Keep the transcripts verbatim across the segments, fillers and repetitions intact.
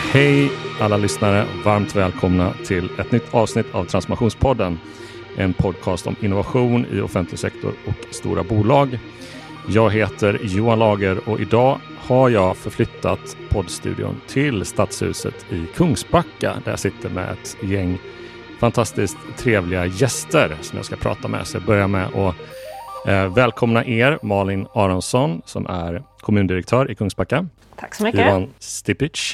Hej alla lyssnare, varmt välkomna till ett nytt avsnitt av Transformationspodden. En podcast om innovation i offentlig sektor och stora bolag. Jag heter Johan Lager och idag har jag förflyttat poddstudion till Stadshuset i Kungsbacka. Där jag sitter med ett gäng fantastiskt trevliga gäster som jag ska prata med. Så jag börjar med att eh, välkomna er, Malin Aronsson som är kommundirektör i Kungsbacka. Tack så mycket. Ivan Stipic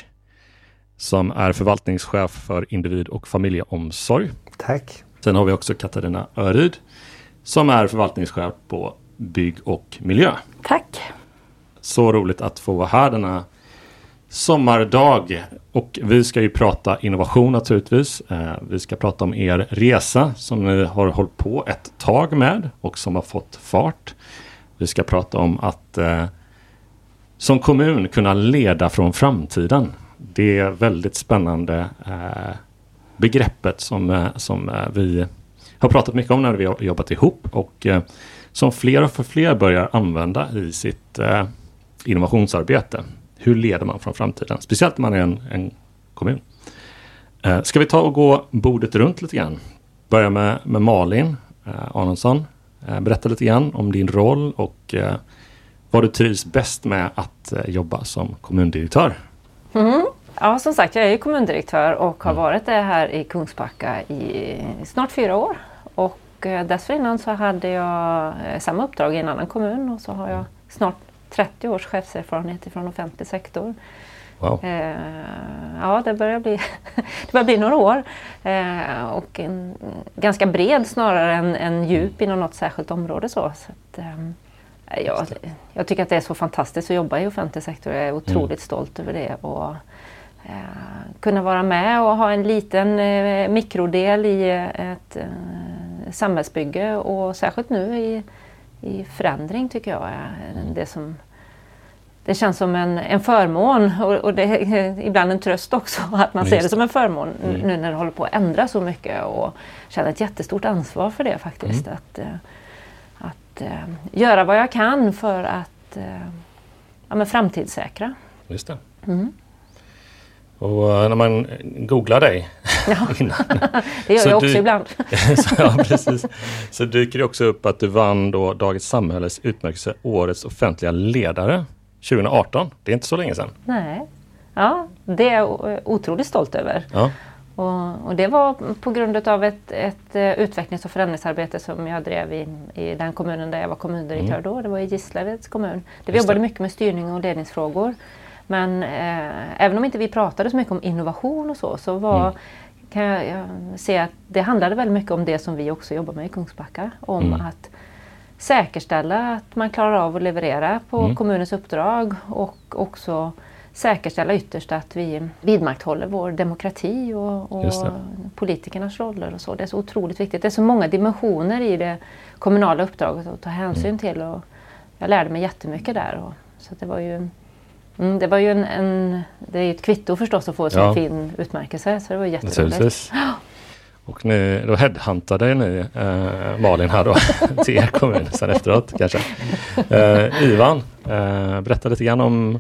som är förvaltningschef för individ- och familjeomsorg. Tack. Sen har vi också Katarina Öryd som är förvaltningschef på bygg och miljö. Tack. Så roligt att få vara här denna sommardag. Och vi ska ju prata innovation naturligtvis. Eh, vi ska prata om er resa som ni har hållit på ett tag med och som har fått fart. Vi ska prata om att eh, som kommun kunna leda från framtiden. Det är väldigt spännande eh, begreppet som, eh, som eh, vi har pratat mycket om när vi har jobbat ihop och eh, som fler och för fler börjar använda i sitt eh, innovationsarbete. Hur leder man från framtiden? Speciellt när man är en, en kommun. Eh, ska vi ta och gå bordet runt lite grann? Börja med, med Malin eh, Aronsson. Eh, berätta lite grann om din roll och eh, vad du trivs bäst med att eh, jobba som kommundirektör. Mm. Ja, som sagt, jag är ju kommundirektör och har varit det här i Kungsbacka i snart fyra år. Och dessförinnan så hade jag samma uppdrag i en annan kommun och så har jag snart trettio års chefserfarenhet från offentlig sektor. Wow. Eh, ja, det börjar bli, det börjar bli några år. Eh, och en, ganska bred snarare än, än djup inom något särskilt område. Så, så att, eh, jag, jag tycker att det är så fantastiskt att jobba i offentlig sektor. Jag är otroligt mm. stolt över det. Och, eh, kunna vara med och ha en liten eh, mikrodel i ett eh, samhällsbygge och särskilt nu i, i förändring tycker jag är det som det känns som en, en förmån och, och det är ibland en tröst också att man ser det som en förmån mm. nu när det håller på att ändra så mycket och känner ett jättestort ansvar för det faktiskt mm. att, att uh, göra vad jag kan för att uh, ja, men framtidssäkra. Just det. Mm. Och när man googlar dig ja. innan, det gör jag också du, ibland. så, ja, precis. Så dyker det också upp att du vann då Dagens Samhälles utmärkelse Årets offentliga ledare tjugo arton. Det är inte så länge sedan. Nej, ja, det är jag otroligt stolt över. Ja. Och, och det var på grund av ett, ett utvecklings- och förändringsarbete som jag drev i, i den kommunen där jag var kommundirektör mm. då. Det var i Gislaveds kommun. Där vi jobbade mycket med styrning och ledningsfrågor. Men eh, även om inte vi pratade så mycket om innovation och så, så var, mm. kan jag, jag se att det handlade väldigt mycket om det som vi också jobbar med i Kungsbacka. Om mm. att säkerställa att man klarar av att leverera på mm. kommunens uppdrag och också säkerställa ytterst att vi vidmakthåller vår demokrati och, och politikernas roller och så. Det är så otroligt viktigt. Det är så många dimensioner i det kommunala uppdraget att ta hänsyn mm. till och jag lärde mig jättemycket där. Och, så det var ju Mm, det var ju en, en det är ett kvitto förstås att få en sån ja. fin utmärkelse så det var jätteroligt. Och ni, då headhuntade ni eh, Malin här då till er kommun sen efteråt kanske. Eh, Ivan, eh, berätta lite grann om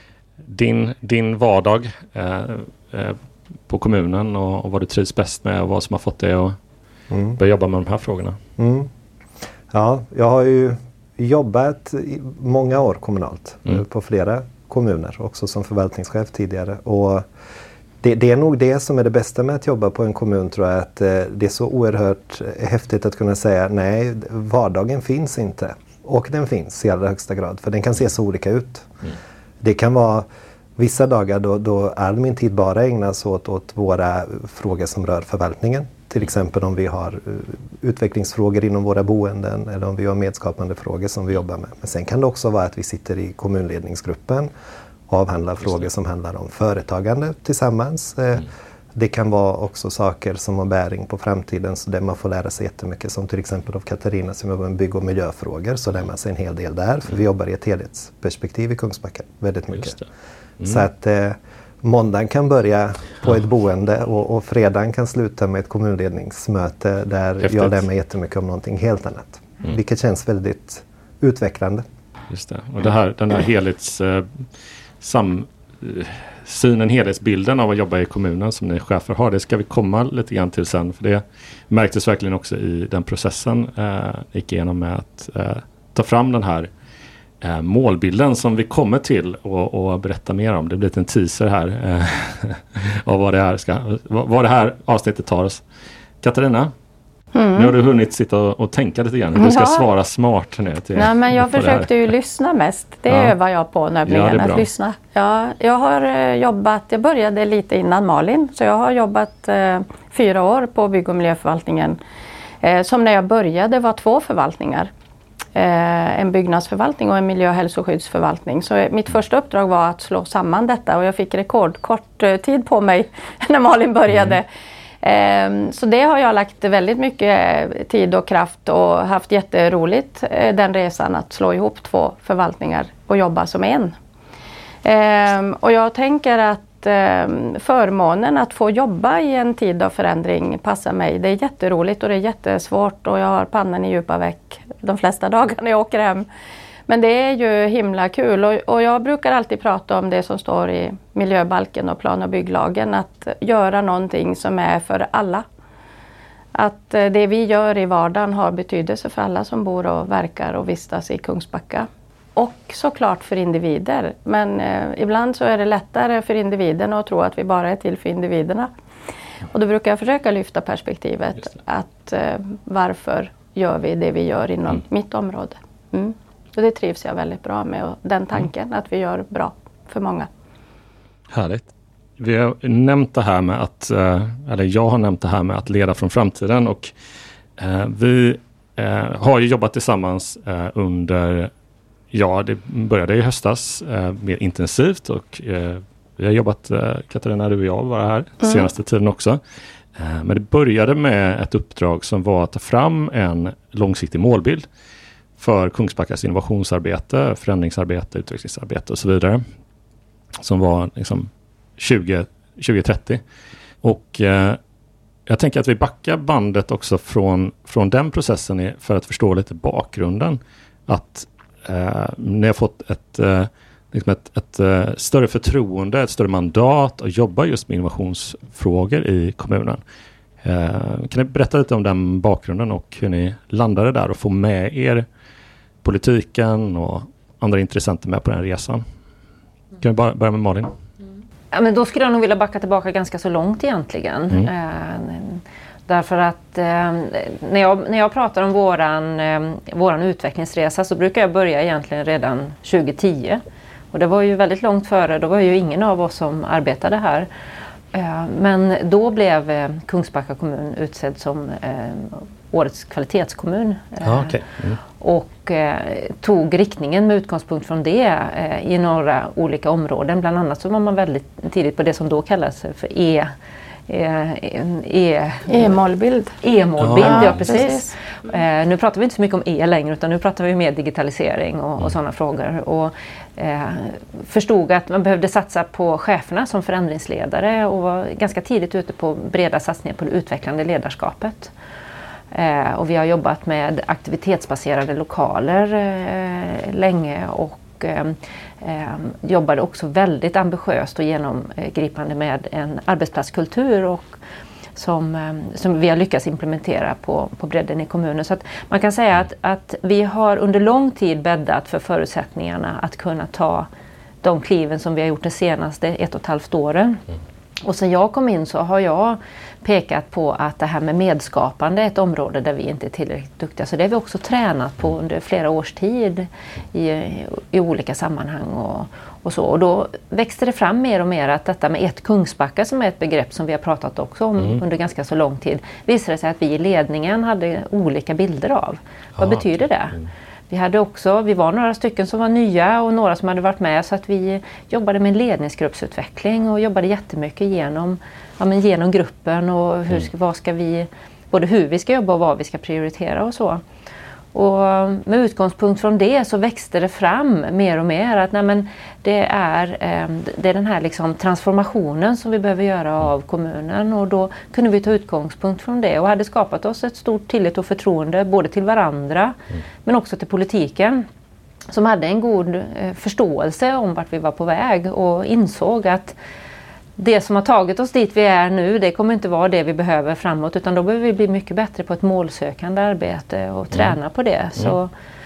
din, din vardag eh, eh, på kommunen och, och vad du trivs bäst med och vad som har fått dig att mm. börja jobba med de här frågorna. Mm. Ja, jag har ju jobbat i många år kommunalt mm. på flera kommuner, också som förvaltningschef tidigare. Och det, det är nog det som är det bästa med att jobba på en kommun tror jag, att eh, det är så oerhört häftigt att kunna säga nej, vardagen finns inte. Och den finns i allra högsta grad, för den kan se så olika ut. Mm. Det kan vara vissa dagar då, då all min tid bara ägnas åt, åt våra frågor som rör förvaltningen. Till exempel om vi har uh, utvecklingsfrågor inom våra boenden eller om vi har medskapande frågor som vi jobbar med. Men sen kan det också vara att vi sitter i kommunledningsgruppen och avhandlar frågor som handlar om företagande tillsammans. Mm. Det kan vara också saker som har bäring på framtiden så där man får lära sig jättemycket, som till exempel av Katarina som jobbar med bygg- och miljöfrågor, så lär man sig en hel del där, för vi jobbar i ett helhetsperspektiv i Kungsbacka väldigt mycket. Mm. Så att eh, måndagen kan börja på ett boende och, och fredagen kan sluta med ett kommunledningsmöte där Häftigt. Jag lär mig jättemycket om någonting helt annat. Mm. Vilket känns väldigt utvecklande. Just det. Och det här, den här helhets eh, sam, synen, helhetsbilden av att jobba i kommunen som ni chefer har. Det ska vi komma lite grann till sen. För det märktes verkligen också i den processen eh, gick igenom med att eh, ta fram den här eh, målbilden som vi kommer till och, och berätta mer om. Det blir en teaser här eh, av vad det, här ska, vad, vad det här avsnittet tar oss. Katarina? Mm. Nu har du hunnit sitta och, och tänka lite grann. Du ska ja. svara smart nu till. Nej, men jag försökte ju lyssna mest. Det ja. övar jag på nämligen, ja, att lyssna. Ja, jag har eh, jobbat, jag började lite innan Malin. Så jag har jobbat eh, fyra år på bygg- och miljöförvaltningen. Eh, som när jag började var två förvaltningar. Eh, en byggnadsförvaltning och en miljö- och hälsoskyddsförvaltning. Så eh, mitt första uppdrag var att slå samman detta. Och jag fick rekordkort eh, tid på mig när Malin började. Mm. Så det har jag lagt väldigt mycket tid och kraft och haft jätteroligt den resan att slå ihop två förvaltningar och jobba som en. Och jag tänker att förmånen att få jobba i en tid av förändring passar mig. Det är jätteroligt och det är jättesvårt och jag har pannan i djupa veck de flesta dagar när jag åker hem. Men det är ju himla kul och, och jag brukar alltid prata om det som står i miljöbalken och plan- och bygglagen. Att göra någonting som är för alla. Att det vi gör i vardagen har betydelse för alla som bor och verkar och vistas i Kungsbacka. Och såklart för individer. Men eh, ibland så är det lättare för individerna att tro att vi bara är till för individerna. Och då brukar jag försöka lyfta perspektivet. Att eh, varför gör vi det vi gör inom mm. mitt område. Mm. Och det trivs jag väldigt bra med och den tanken mm. att vi gör bra för många. Härligt. Vi har nämnt det här med att, eller jag har nämnt det här med att leda från framtiden och eh, vi eh, har ju jobbat tillsammans eh, under, ja det började i höstas eh, mer intensivt och eh, vi har jobbat, eh, Katarina, du och jag var här mm. senaste tiden också. Eh, men det började med ett uppdrag som var att ta fram en långsiktig målbild för Kungsbackas innovationsarbete, förändringsarbete, utvecklingsarbete och så vidare. Som var liksom tjugo trettio. Och eh, jag tänker att vi backar bandet också från, från den processen i, för att förstå lite bakgrunden. Att eh, ni har fått ett, eh, liksom ett, ett eh, större förtroende, ett större mandat att jobba just med innovationsfrågor i kommunen. Eh, kan ni berätta lite om den bakgrunden och hur ni landade där och få med er politiken och andra intressenter med på den resan? Kan vi bara börja med Malin? Mm. Ja, men då skulle jag nog vilja backa tillbaka ganska så långt egentligen. Mm. Eh, därför att eh, när, jag, när jag pratar om våran, eh, våran utvecklingsresa så brukar jag börja egentligen redan tjugo tio. Och det var ju väldigt långt före, då var ju ingen av oss som arbetade här. Eh, men då blev eh, Kungsbacka kommun utsedd som eh, årets kvalitetskommun. Ah, okay. mm. Och eh, tog riktningen med utgångspunkt från det eh, i några olika områden. Bland annat så var man väldigt tidigt på det som då kallas för E. E-målbild. E-målbild, ja, ja precis. precis. Eh, nu pratar vi inte så mycket om E längre utan nu pratar vi mer digitalisering och, mm. och sådana frågor. Och eh, förstod att man behövde satsa på cheferna som förändringsledare och var ganska tidigt ute på breda satsningar på det utvecklande ledarskapet. Eh, och vi har jobbat med aktivitetsbaserade lokaler eh, länge och eh, eh, jobbade också väldigt ambitiöst och genomgripande med en arbetsplatskultur och som, eh, som vi har lyckats implementera på, på bredden i kommunen. Så att man kan säga att, att vi har under lång tid bäddat för förutsättningarna att kunna ta de kliven som vi har gjort de senaste ett och ett halvt åren. Och sen jag kom in så har jag pekat på att det här med medskapande är ett område där vi inte är tillräckligt duktiga. Så det har vi också tränat på under flera års tid i, i olika sammanhang och, och så. Och då växte det fram mer och mer att detta med ett Kungsbacka som är ett begrepp som vi har pratat också om mm. under ganska så lång tid. Visade sig att vi i ledningen hade olika bilder av. Vad Aha. betyder det? Mm. Vi hade också, vi var några stycken som var nya och några som hade varit med så att vi jobbade med en ledningsgruppsutveckling och jobbade jättemycket genom, ja, men genom gruppen och hur ska, vad ska vi, både hur vi ska jobba och vad vi ska prioritera och så. Och med utgångspunkt från det så växte det fram mer och mer att nej men det, är, det är den här liksom transformationen som vi behöver göra av kommunen och då kunde vi ta utgångspunkt från det och hade skapat oss ett stort tillit och förtroende både till varandra mm. men också till politiken. som hade en god eh, förståelse om vart vi var på väg och insåg att det som har tagit oss dit vi är nu, det kommer inte vara det vi behöver framåt, utan då behöver vi bli mycket bättre på ett målsökande arbete och träna mm. på det. Så,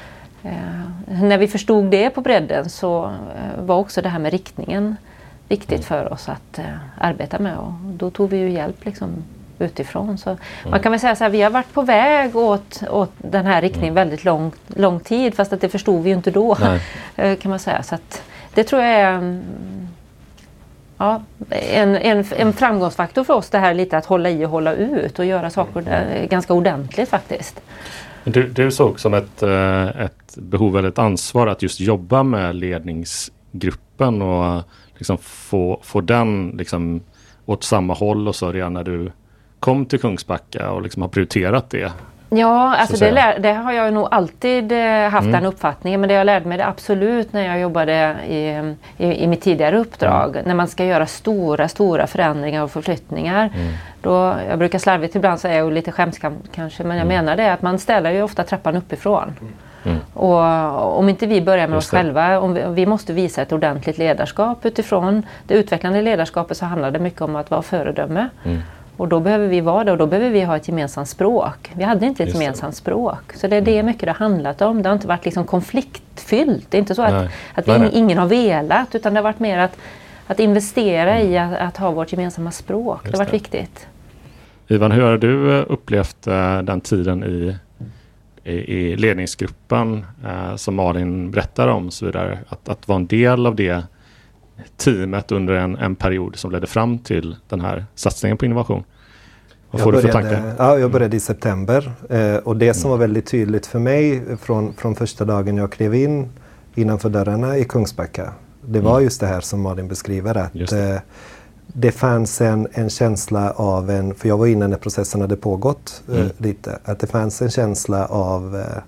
eh, när vi förstod det på bredden så eh, var också det här med riktningen viktigt mm. för oss att eh, arbeta med, och då tog vi ju hjälp liksom utifrån. Så mm. man kan väl säga så här, vi har varit på väg åt, åt den här riktningen mm. väldigt lång, lång tid, fast att det förstod vi ju inte då kan man säga. Så att det tror jag är ja, en, en, en framgångsfaktor för oss, det här lite att hålla i och hålla ut och göra saker mm. ganska ordentligt faktiskt. Du, du såg som ett, ett behov eller ett ansvar att just jobba med ledningsgruppen och liksom få, få den liksom åt samma håll och så redan när du kom till Kungsbacka och liksom har prioriterat det. Ja, alltså det, lär, det har jag nog alltid haft mm. den uppfattningen, men det jag lärde mig det absolut när jag jobbade i, i, i mitt tidigare uppdrag. Mm. När man ska göra stora, stora förändringar och förflyttningar. Mm. Då, jag brukar slarvigt ibland säga, och lite skämskam kanske, men jag mm. menar det att man ställer ju ofta trappan uppifrån. Mm. Och om inte vi börjar med oss själva, om vi, om vi måste visa ett ordentligt ledarskap utifrån det utvecklande ledarskapet, så handlar det mycket om att vara föredöme. Mm. Och då behöver vi vara det, och då behöver vi ha ett gemensamt språk. Vi hade inte ett Just gemensamt det. språk. Så det är det mycket det har handlat om. Det har inte varit liksom konfliktfyllt. Det är inte så att, att nej, nej. ingen har velat, utan det har varit mer att, att investera mm. i att, att ha vårt gemensamma språk. Just det har varit det. viktigt. Ivan, hur har du upplevt uh, den tiden i, i, i ledningsgruppen uh, som Malin berättar om, så vidare? Att, att vara en del av det teamet under en, en period som ledde fram till den här satsningen på innovation. Vad får började, du för tankar? Ja, jag började i september eh, och det som var väldigt tydligt för mig från, från första dagen jag klev in innanför dörrarna i Kungsbacka, det var mm. just det här som Malin beskriver, att det. Eh, det fanns en, en känsla av en, för jag var inne när processen hade pågått eh, mm. lite, att det fanns en känsla av eh,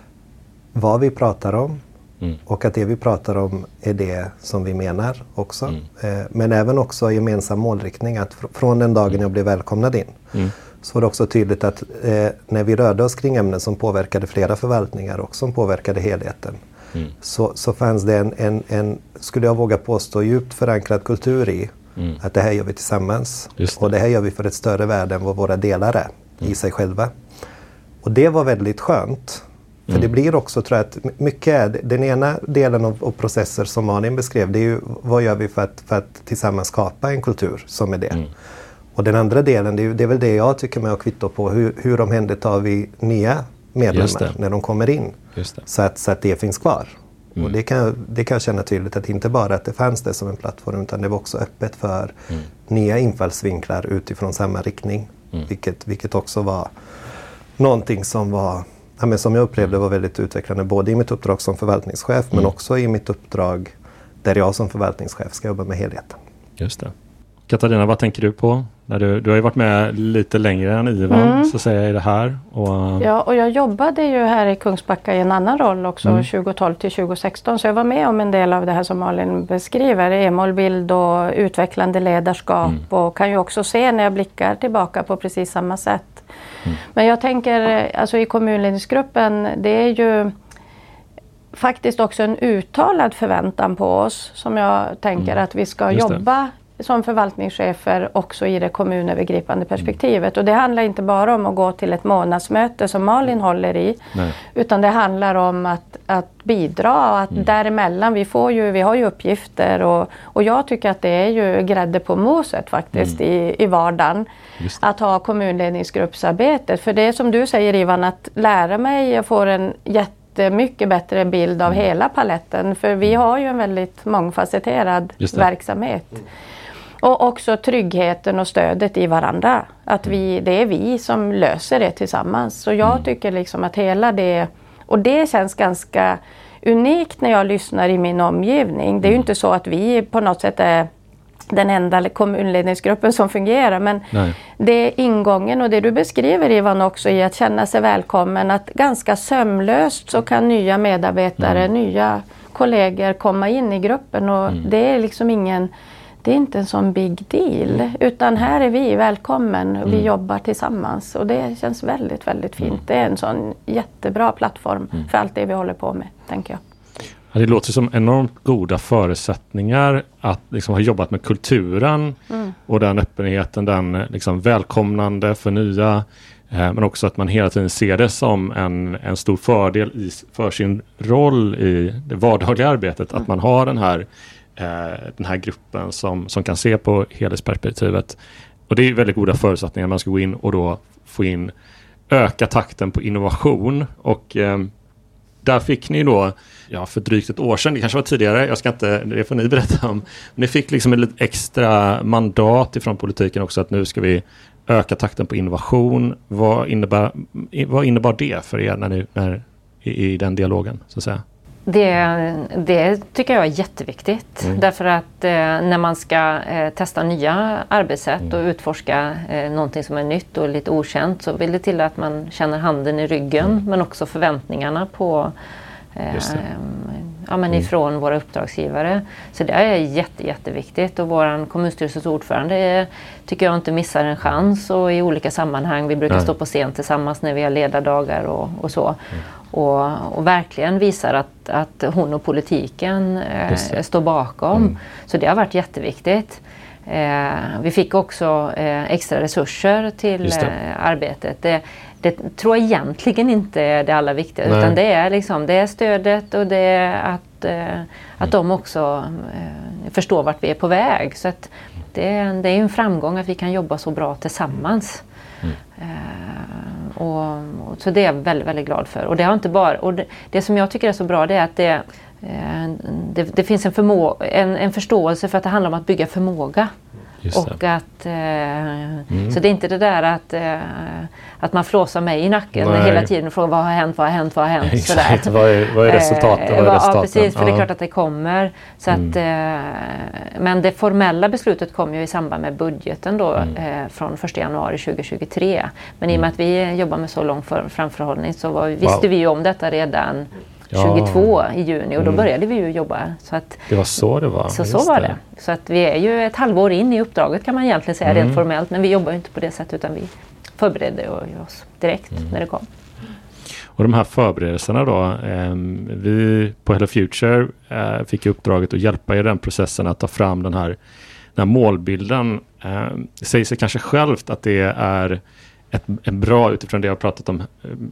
vad vi pratar om. Mm. Och att det vi pratar om är det som vi menar också. Mm. Eh, men även också gemensam målriktning. Att fr- från den dagen mm. jag blev välkomnad in mm. så var det också tydligt att eh, när vi rörde oss kring ämnen som påverkade flera förvaltningar och som påverkade helheten. Mm. Så, så fanns det en, en, en, skulle jag våga påstå, djupt förankrad kultur i mm. att det här gör vi tillsammans. Det. Och det här gör vi för ett större värde än vad våra delar är mm. i sig själva. Och det var väldigt skönt. För mm. det blir också, tror jag, att mycket är den ena delen av, av processer som Malin beskrev, det är ju vad gör vi för att, för att tillsammans skapa en kultur som är det. Mm. Och den andra delen, det är, det är väl det jag tycker med att kvitto på, hur, hur omhändertar vi nya medlemmar när de kommer in. Just det. Så, att, så att det finns kvar. Mm. Och det kan, det kan jag känna tydligt att inte bara att det fanns det som en plattform, utan det var också öppet för mm. nya infallsvinklar utifrån samma riktning. Mm. Vilket, vilket också var någonting som var Ja, men som jag upplevde var väldigt utvecklande både i mitt uppdrag som förvaltningschef mm. men också i mitt uppdrag där jag som förvaltningschef ska jobba med helheten. Just det. Katarina, vad tänker du på? När du, du har ju varit med lite längre än Ivan mm. så säger jag i det här. Och... Ja, och jag jobbade ju här i Kungsbacka i en annan roll också mm. tjugohundratolv till tjugohundrasexton, så jag var med om en del av det här som Malin beskriver, e-målbild och utvecklande ledarskap mm. och kan ju också se när jag blickar tillbaka på precis samma sätt. Mm. Men jag tänker, alltså i kommunledningsgruppen, det är ju faktiskt också en uttalad förväntan på oss som jag tänker mm. att vi ska jobba som förvaltningschefer också i det kommunövergripande perspektivet. Och det handlar inte bara om att gå till ett månadsmöte som Malin håller i. Nej. Utan det handlar om att, att bidra och att mm. däremellan, vi, får ju, vi har ju uppgifter och, och jag tycker att det är ju grädde på moset faktiskt mm. i, i vardagen att ha kommunledningsgruppsarbetet. För det är som du säger Ivan, att lära mig, jag får en jätte mycket bättre bild av mm. hela paletten, för vi har ju en väldigt mångfacetterad verksamhet. Mm. Och också tryggheten och stödet i varandra. Att vi, det är vi som löser det tillsammans. Så jag mm. tycker liksom att hela det, och det känns ganska unikt när jag lyssnar i min omgivning. Det är ju inte så att vi på något sätt är den enda kommunledningsgruppen som fungerar, men Nej. det är ingången och det du beskriver Ivan också i att känna sig välkommen, att ganska sömlöst så kan nya medarbetare, mm. nya kollegor komma in i gruppen och mm. det är liksom ingen, det är inte en sån big deal, mm. utan här är vi välkommen och vi mm. jobbar tillsammans och det känns väldigt, väldigt fint. Mm. Det är en sån jättebra plattform mm. för allt det vi håller på med, tänker jag. Ja, det låter som enormt goda förutsättningar att liksom ha jobbat med kulturen mm. och den öppenheten, den liksom välkomnande för nya, eh, men också att man hela tiden ser det som en, en stor fördel i, för sin roll i det vardagliga arbetet, mm. att man har den här, eh, den här gruppen som, som kan se på helhetsperspektivet. Och det är väldigt goda förutsättningar. Man ska gå in och då få in, öka takten på innovation. Och eh, där fick ni då, ja, för drygt ett år sedan, det kanske var tidigare, jag ska inte, det får ni berätta om. Men ni fick liksom ett lite extra mandat ifrån politiken också, att nu ska vi öka takten på innovation. Vad innebär, vad innebär det för er när ni, när, i, i den dialogen, så att säga? Det, det tycker jag är jätteviktigt. Mm. Därför att eh, när man ska eh, testa nya arbetssätt mm. och utforska eh, någonting som är nytt och lite okänt, så vill det till att man känner handen i ryggen, mm. men också förväntningarna på eh, ja, men ifrån mm. våra uppdragsgivare. Så det är jätte, jätteviktigt. Och vår kommunstyrelsens ordförande är, tycker jag inte missar en chans, och i olika sammanhang, vi brukar Nej. stå på scen tillsammans när vi har ledardagar och, och så. Mm. Och, och verkligen visar att, att hon och politiken eh, står bakom. Mm. Så det har varit jätteviktigt. Eh, vi fick också eh, extra resurser till eh, arbetet. Det, det tror jag egentligen inte är det allra viktigaste. Utan det är, liksom, det är stödet, och det är att, eh, att de också eh, förstår vart vi är på väg. Så att det, det är en framgång att vi kan jobba så bra tillsammans. Mm. Uh, och, och så det är jag väldigt, väldigt glad för. Och det har inte bara, och det, det som jag tycker är så bra, det är att det, uh, det, det finns en, förmå, en, en förståelse för att det handlar om att bygga förmåga. Och att, uh, mm. Så det är inte det där att, uh, att man flåsar mig i nacken Nej. hela tiden och frågar vad har hänt, vad har hänt, vad har hänt. Exakt, vad är, vad är resultatet? Uh, vad är resultatet? Ja, precis, för ja. det är klart att det kommer. Så mm. att, uh, men det formella beslutet kom ju i samband med budgeten då, mm. uh, från första januari tjugohundratjugotre. Men mm. i och med att vi jobbar med så lång för, framförhållning, så var, visste wow. vi ju om detta redan tjugotvå i juni, och då började vi ju jobba. Så att, det var så det var. Så, så var det. det. Så att vi är ju ett halvår in i uppdraget, kan man egentligen säga, mm. rent formellt. Men vi jobbar ju inte på det sättet, utan vi förberedde oss direkt mm. när det kom. Och de här förberedelserna då, eh, vi på Hello Future eh, fick uppdraget att hjälpa i den processen att ta fram den här, den här målbilden. Eh, det säger sig kanske självt att det är ett, en bra, utifrån det jag har pratat om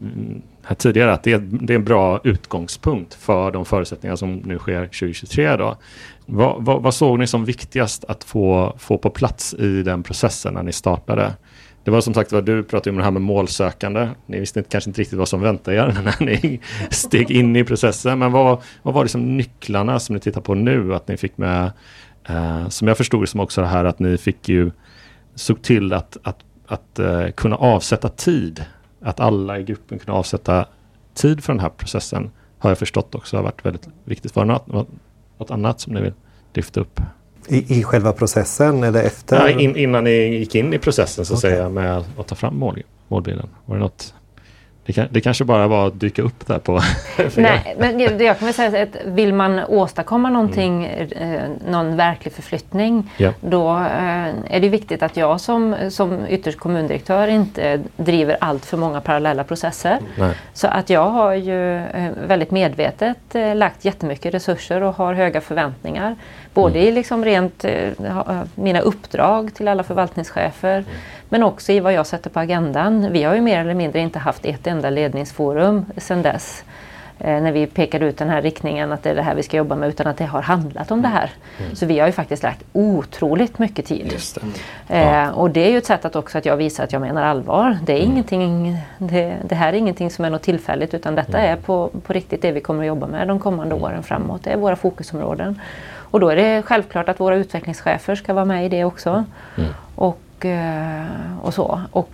här tidigare, att det är, det är en bra utgångspunkt för de förutsättningar som nu sker tjugohundratjugotre då. Vad, vad, vad såg ni som viktigast att få, få på plats i den processen när ni startade? Det var som sagt, vad du pratade om det här med målsökande. Ni visste inte, kanske inte riktigt vad som väntade er när ni steg in i processen. Men vad, vad var det som nycklarna som ni tittar på nu att ni fick med, eh, som jag förstod som också det här att ni fick ju, såg till att, att att uh, kunna avsätta tid. Att alla i gruppen kunna avsätta tid för den här processen har jag förstått också har varit väldigt viktigt. För något, något annat som ni vill lyfta upp? I, i själva processen eller efter? Ja, in, innan ni gick in i processen så okay. säger jag med att ta fram mål, målbilden. Var det något? Det, kan, det kanske bara var att dyka upp där på... Nej, men det, jag kan väl säga att vill man åstadkomma någonting, mm. eh, någon verklig förflyttning, yeah. då eh, är det viktigt att jag som, som ytterst kommundirektör inte driver allt för många parallella processer. Mm. Så att jag har ju eh, väldigt medvetet eh, lagt jättemycket resurser och har höga förväntningar. Både mm. i liksom rent eh, mina uppdrag till alla förvaltningschefer, mm. men också i vad jag sätter på agendan. Vi har ju mer eller mindre inte haft ett enda ledningsforum sedan dess. Eh, när vi pekade ut den här riktningen att det är det här vi ska jobba med, utan att det har handlat om det här. Mm. Så vi har ju faktiskt lagt otroligt mycket tid. Just det. Eh, ja. Och det är ju ett sätt att också att jag visar att jag menar allvar. Det är mm. ingenting, det, det här är ingenting som är något tillfälligt, utan detta mm. är på, på riktigt det vi kommer att jobba med de kommande mm. åren framåt. Det är våra fokusområden. Och då är det självklart att våra utvecklingschefer ska vara med i det också. Mm. Och, och så. Och,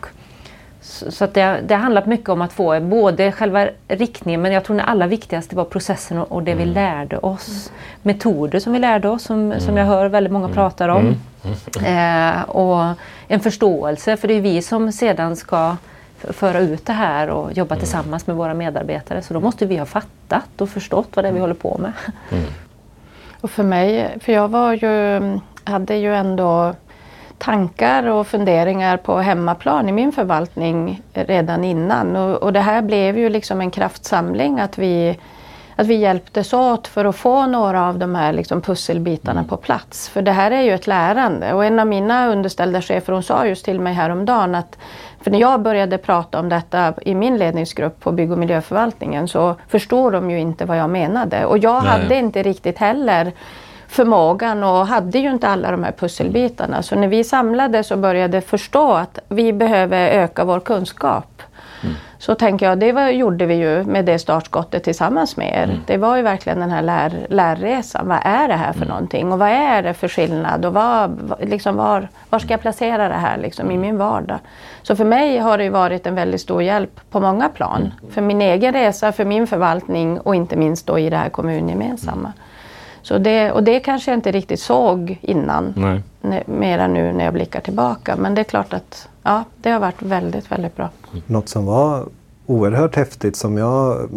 så att det, det har handlat mycket om att få både själva riktningen, men jag tror det allra viktigaste var processen och, och det mm. vi lärde oss. Metoder som vi lärde oss, som, mm. som jag hör väldigt många mm. pratar om. Mm. Eh, och en förståelse, för det är vi som sedan ska föra ut det här och jobba mm. tillsammans med våra medarbetare. Så då måste vi ha fattat och förstått vad det är vi håller på med. Mm. Och för mig, för jag var ju, hade ju ändå tankar och funderingar på hemmaplan i min förvaltning redan innan. Och, och det här blev ju liksom en kraftsamling att vi, att vi hjälptes åt för att få några av de här liksom pusselbitarna mm. på plats. För det här är ju ett lärande. Och en av mina underställda chefer, hon sa just till mig häromdagen att för när jag började prata om detta i min ledningsgrupp på bygg- och miljöförvaltningen så förstod de ju inte vad jag menade. Och jag Nej. hade inte riktigt heller förmågan och hade ju inte alla de här pusselbitarna. Så när vi samlades och började förstå att vi behöver öka vår kunskap. Mm. Så tänker jag, det var, gjorde vi ju med det startskottet tillsammans med er. Mm. Det var ju verkligen den här lär, lärresan. Vad är det här för mm. någonting? Och vad är det för skillnad? Och vad, liksom var, var ska jag placera det här liksom, i min vardag? Så för mig har det ju varit en väldigt stor hjälp på många plan. Mm. För min egen resa, för min förvaltning och inte minst då i det här kommungemensamma. Mm. Så det, och det kanske jag inte riktigt såg innan, Nej. Ne, mera nu när jag blickar tillbaka. Men det är klart att ja, det har varit väldigt, väldigt bra. Något som var oerhört häftigt som jag,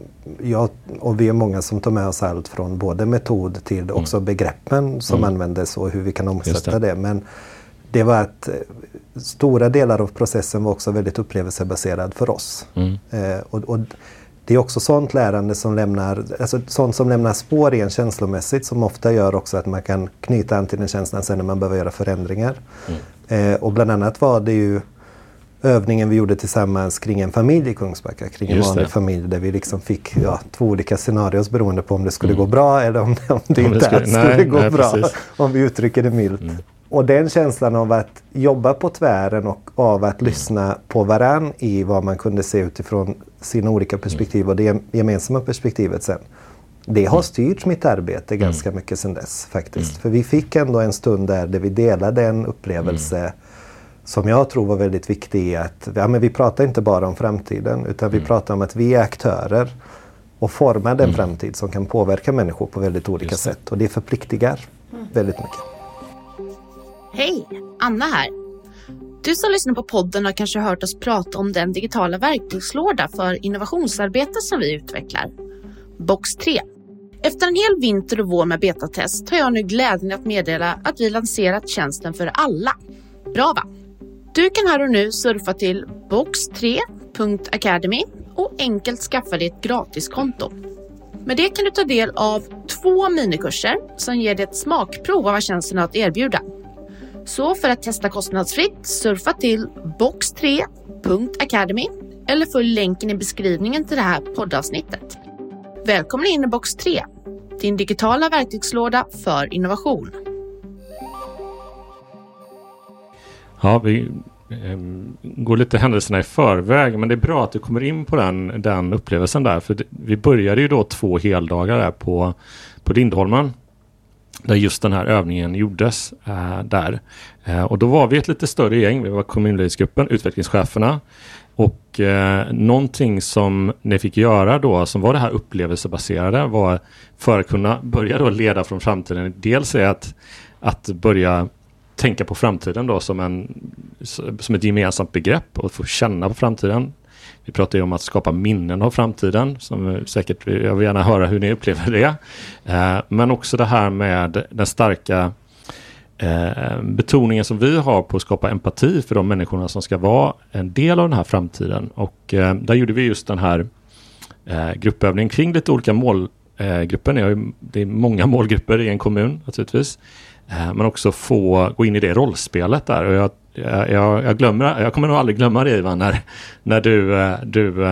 jag och vi är många som tar med oss allt från både metod till också mm. begreppen som mm. användes och hur vi kan omsätta det. det. Men det var att stora delar av processen var också väldigt upplevelsebaserad för oss. Mm. Eh, och, och det är också sånt lärande som lämnar, alltså sånt som lämnar spår i en känslomässigt som ofta gör också att man kan knyta an till den känslan sen när man behöver göra förändringar. Mm. Eh, och bland annat var det ju övningen vi gjorde tillsammans kring en familj i Kungsbacka, kring en vanlig familj där vi liksom fick ja, två olika scenarios beroende på om det skulle mm. gå bra eller om, om det om inte det skulle, skulle nej, gå nej, bra, precis. Om vi uttrycker det milt. Mm. Och den känslan av att jobba på tvären och av att lyssna på varann i vad man kunde se utifrån sina olika perspektiv och det gemensamma perspektivet sen. Det har styrt mitt arbete ganska mm. mycket sedan dess faktiskt. Mm. För vi fick ändå en stund där, där vi delade en upplevelse mm. som jag tror var väldigt viktig i att ja, men vi pratar inte bara om framtiden utan vi mm. pratar om att vi är aktörer och formar den mm. framtid som kan påverka människor på väldigt olika sätt. Och det förpliktigar mm. väldigt mycket. Hej, Anna här. Du som lyssnar på podden har kanske hört oss prata om den digitala verktygslåda för innovationsarbete som vi utvecklar. Box tre. Efter en hel vinter och vår med betatest har jag nu glädjen att meddela att vi lanserat tjänsten för alla. Bra va? Du kan här och nu surfa till box tre punkt academy och enkelt skaffa dig ett gratiskonto. Med det kan du ta del av två minikurser som ger dig ett smakprov av vad tjänsten har att erbjuda. Så för att testa kostnadsfritt surfa till box tre punkt academy eller följ länken i beskrivningen till det här poddavsnittet. Välkommen in i Box tre, din digitala verktygslåda för innovation. Ja, vi eh, går lite händelserna i förväg, men det är bra att du kommer in på den, den upplevelsen där. För det, vi började ju då två heldagar där på, på Lindholmen. Där just den här övningen gjordes äh, där. Äh, och då var vi ett lite större gäng. Vi var kommunledningsgruppen, utvecklingscheferna. Och äh, någonting som ni fick göra då, som var det här upplevelsebaserade, var för att kunna börja då leda från framtiden. Dels är att, att börja tänka på framtiden då som, en, som ett gemensamt begrepp och få känna på framtiden. Vi pratar ju om att skapa minnen av framtiden, som säkert, jag vill gärna höra hur ni upplever det. Eh, men också det här med den starka eh, betoningen som vi har på att skapa empati för de människorna som ska vara en del av den här framtiden. Och eh, där gjorde vi just den här eh, gruppövningen kring lite olika målgrupper. Eh, det är många målgrupper i en kommun naturligtvis. Eh, men också få gå in i det rollspelet där. Och jag Jag, jag, jag, glömmer, jag kommer nog aldrig glömma det, Ivan, när, när du, du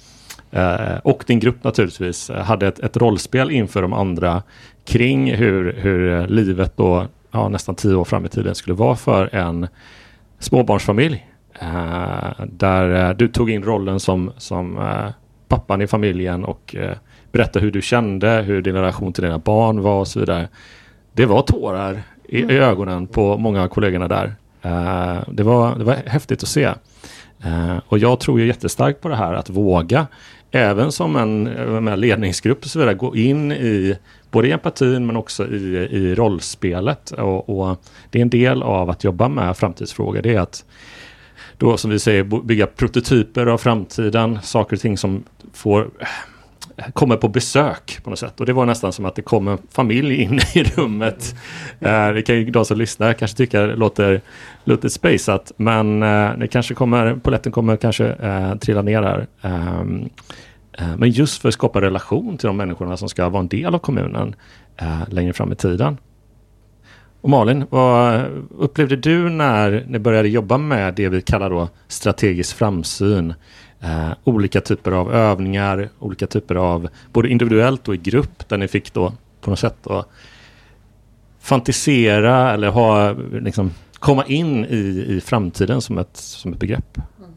äh, och din grupp naturligtvis hade ett, ett rollspel inför de andra kring hur, hur livet då ja, nästan tio år fram i tiden skulle vara för en småbarnsfamilj. Äh, där du tog in rollen som, som äh, pappan i familjen och äh, berättade hur du kände, hur din relation till dina barn var och så vidare. Det var tårar i, i ögonen på många av kollegorna där. Uh, det, var, det var häftigt att se. Uh, och jag tror ju jättestarkt på det här att våga, även som en, en ledningsgrupp och så vidare, gå in i både i empatin men också i, i rollspelet. Och, och det är en del av att jobba med framtidsfrågor. Det är att då, som vi säger, bygga prototyper av framtiden, saker och ting som får kommer på besök på något sätt. Och det var nästan som att det kom en familj in i rummet. Eh, det kan ju de som lyssnar kanske tycka det låter, låter spacet, men eh, det kanske kommer, poletten kommer kanske eh, trilla ner där. Eh, Eh, men just för att skapa relation till de människorna som ska vara en del av kommunen eh, längre fram i tiden. Och Malin, vad upplevde du när ni började jobba med det vi kallar då strategisk framsyn? Eh, olika typer av övningar, olika typer av både individuellt och i grupp där ni fick då på något sätt då fantisera eller ha, liksom, komma in i, i framtiden som ett, som ett begrepp.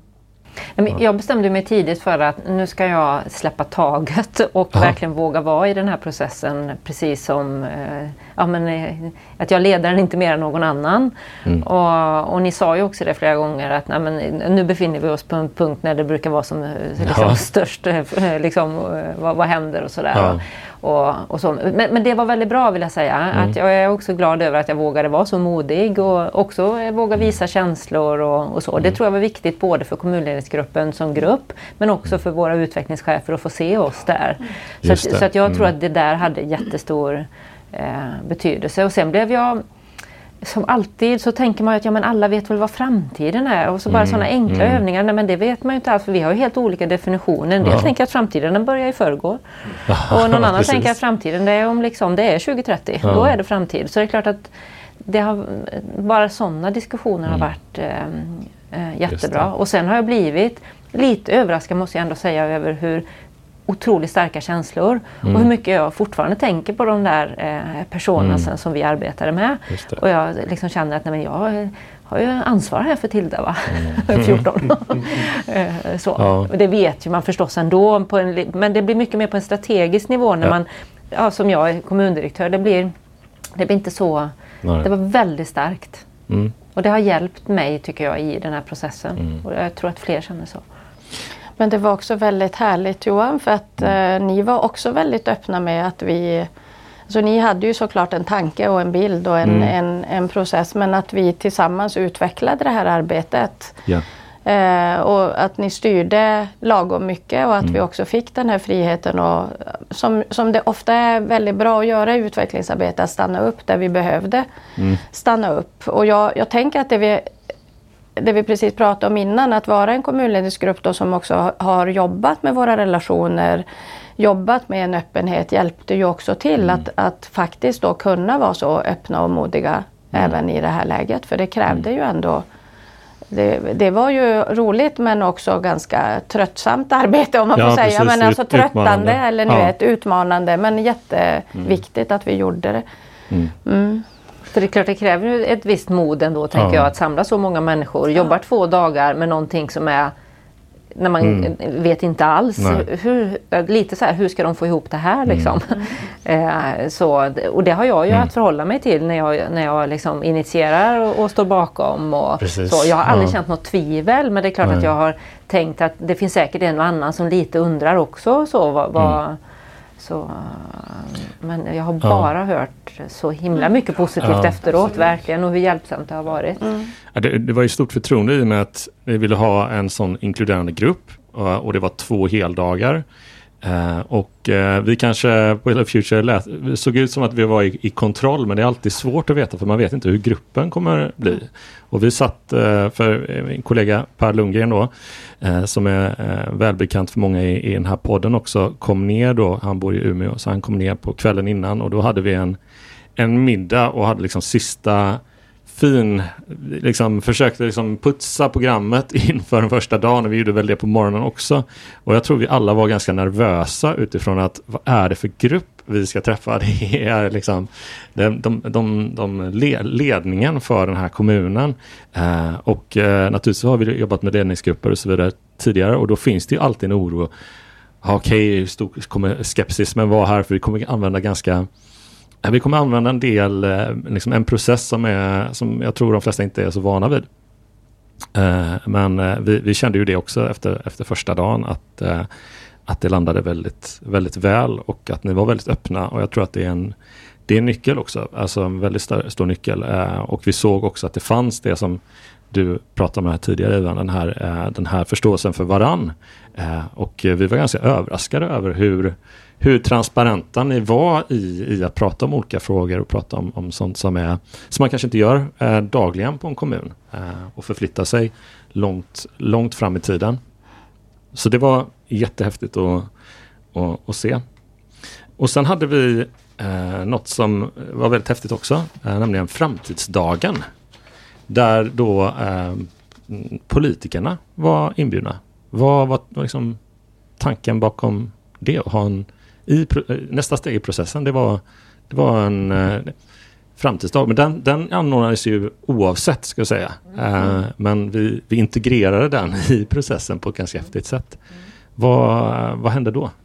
Mm. Jag bestämde mig tidigt för att nu ska jag släppa taget och Aha. verkligen våga vara i den här processen, precis som eh, ja, men, eh, att jag leder den inte mer än någon annan. Mm. Och, och ni sa ju också det flera gånger att nej, men, nu befinner vi oss på en punkt när det brukar vara som liksom, ja. störst, liksom, vad, vad händer och sådär. Ja. Och, och så. Men, men det var väldigt bra, vill jag säga. Mm. Att jag är också glad över att jag vågade vara så modig och också våga visa känslor och, och så. Mm. Det tror jag var viktigt både för kommunledningsgruppen som grupp, men också för våra utvecklingschefer att få se oss där. Så att, så att jag mm. tror att det där hade jättestor eh, betydelse. Och sen blev jag, som alltid så tänker man att ja, men alla vet väl vad framtiden är. Och så bara mm. sådana enkla mm. övningar. Nej, men det vet man ju inte alls, för vi har ju helt olika definitioner. En del ja. tänker att framtiden den börjar i förrgår. Och någon annan tänker att framtiden det är om liksom, det är tjugo trettio. Ja. Då är det framtid. Så det är klart att det har, bara sådana diskussioner mm. har varit eh, eh, jättebra. Och sen har jag blivit lite överraskad, måste jag ändå säga, över hur otroligt starka känslor mm. och hur mycket jag fortfarande tänker på de där eh, personerna mm. som vi arbetade med. Och jag liksom känner att nej, men jag har ju ansvar här för Tilda, va? Mm. fjorton. eh, så. Ja. Och det vet ju man förstås ändå. På en, men det blir mycket mer på en strategisk nivå när ja. man, ja, som jag är kommundirektör, det blir, det blir inte så. Nej. Det var väldigt starkt. Mm. Och det har hjälpt mig, tycker jag, i den här processen. Mm. Och jag tror att fler känner så. Men det var också väldigt härligt, Johan, för att mm. eh, ni var också väldigt öppna med att vi... Så ni hade ju såklart en tanke och en bild och en, mm. en, en process, men att vi tillsammans utvecklade det här arbetet. Yeah. Eh, och att ni styrde lagom mycket och att mm. vi också fick den här friheten. Och, som, som det ofta är väldigt bra att göra i utvecklingsarbete, att stanna upp där vi behövde mm. stanna upp. Och jag, jag tänker att det vi... Det vi precis pratade om innan, att vara en kommunledningsgrupp då som också har jobbat med våra relationer, jobbat med en öppenhet, hjälpte ju också till mm. att, att faktiskt då kunna vara så öppna och modiga mm. även i det här läget. För det krävde mm. ju ändå, det, det var ju roligt men också ganska tröttsamt arbete om man ja, får säga. Precis, men alltså tröttande eller nu ja. ett utmanande, men jätteviktigt mm. att vi gjorde det. Mm. Mm. Så det är klart det kräver ett visst mod ändå, tänker ja. jag, att samla så många människor. Ja. Jobbar två dagar med någonting som är, när man mm. vet inte alls. Hur, lite så här, hur ska de få ihop det här liksom? Mm. eh, så, och det har jag ju mm. att förhålla mig till när jag, när jag liksom initierar och, och står bakom. Och så. Jag har aldrig ja. känt något tvivel, men det är klart Nej. att jag har tänkt att det finns säkert en och annan som lite undrar också. Så, vad, vad, mm. Så, men jag har bara ja. hört så himla mycket positivt ja, efteråt, absolut. verkligen, och hur hjälpsamt det har varit. Mm. Ja, det, det var ju stort förtroende i och med att vi ville ha en sån inkluderande grupp och det var två heldagar. Uh, och uh, vi kanske på Hello Future lät, såg ut som att vi var i, i kontroll, men det är alltid svårt att veta för man vet inte hur gruppen kommer bli. Och vi satt uh, för min kollega Per Lundgren då, uh, som är uh, välbekant för många i, i den här podden också, kom ner då, han bor i Umeå, så han kom ner på kvällen innan och då hade vi en, en middag och hade liksom sista fin, liksom försökte liksom putsa programmet inför den första dagen, och vi gjorde väl det på morgonen också. Och jag tror vi alla var ganska nervösa utifrån att vad är det för grupp vi ska träffa? Det är liksom de, de, de, de ledningen för den här kommunen. Eh, och eh, naturligtvis har vi jobbat med ledningsgrupper och så vidare tidigare, och då finns det ju alltid en oro. Okej, okay, stor kommer skepsis, men vad här, för vi kommer använda ganska Vi kommer använda en del, liksom en process som, är, som jag tror de flesta inte är så vana vid. Eh, men eh, vi, vi kände ju det också efter, efter första dagen att, eh, att det landade väldigt, väldigt väl och att ni var väldigt öppna, och jag tror att det är en, det är en nyckel också, alltså en väldigt stor, stor nyckel. Eh, och vi såg också att det fanns det som du pratade om här tidigare, Ivan, den här, eh, den här förståelsen för varann. Eh, och vi var ganska överraskade över hur hur transparenta ni var i, i att prata om olika frågor och prata om, om sånt som, är, som man kanske inte gör eh, dagligen på en kommun, eh, och förflytta sig långt, långt fram i tiden. så det var jättehäftigt att, att, att se. Och sen hade vi eh, något som var väldigt häftigt också, eh, nämligen Framtidsdagen. Där då eh, politikerna var inbjudna. Vad var liksom tanken bakom det? Att ha en, i, nästa steg i processen, det var, det var en eh, framtidsdag. Men den, den anordnades ju oavsett, ska jag säga. Mm. Eh, men vi, vi integrerade den i processen på ett ganska häftigt sätt. Mm. Vad, vad hände då?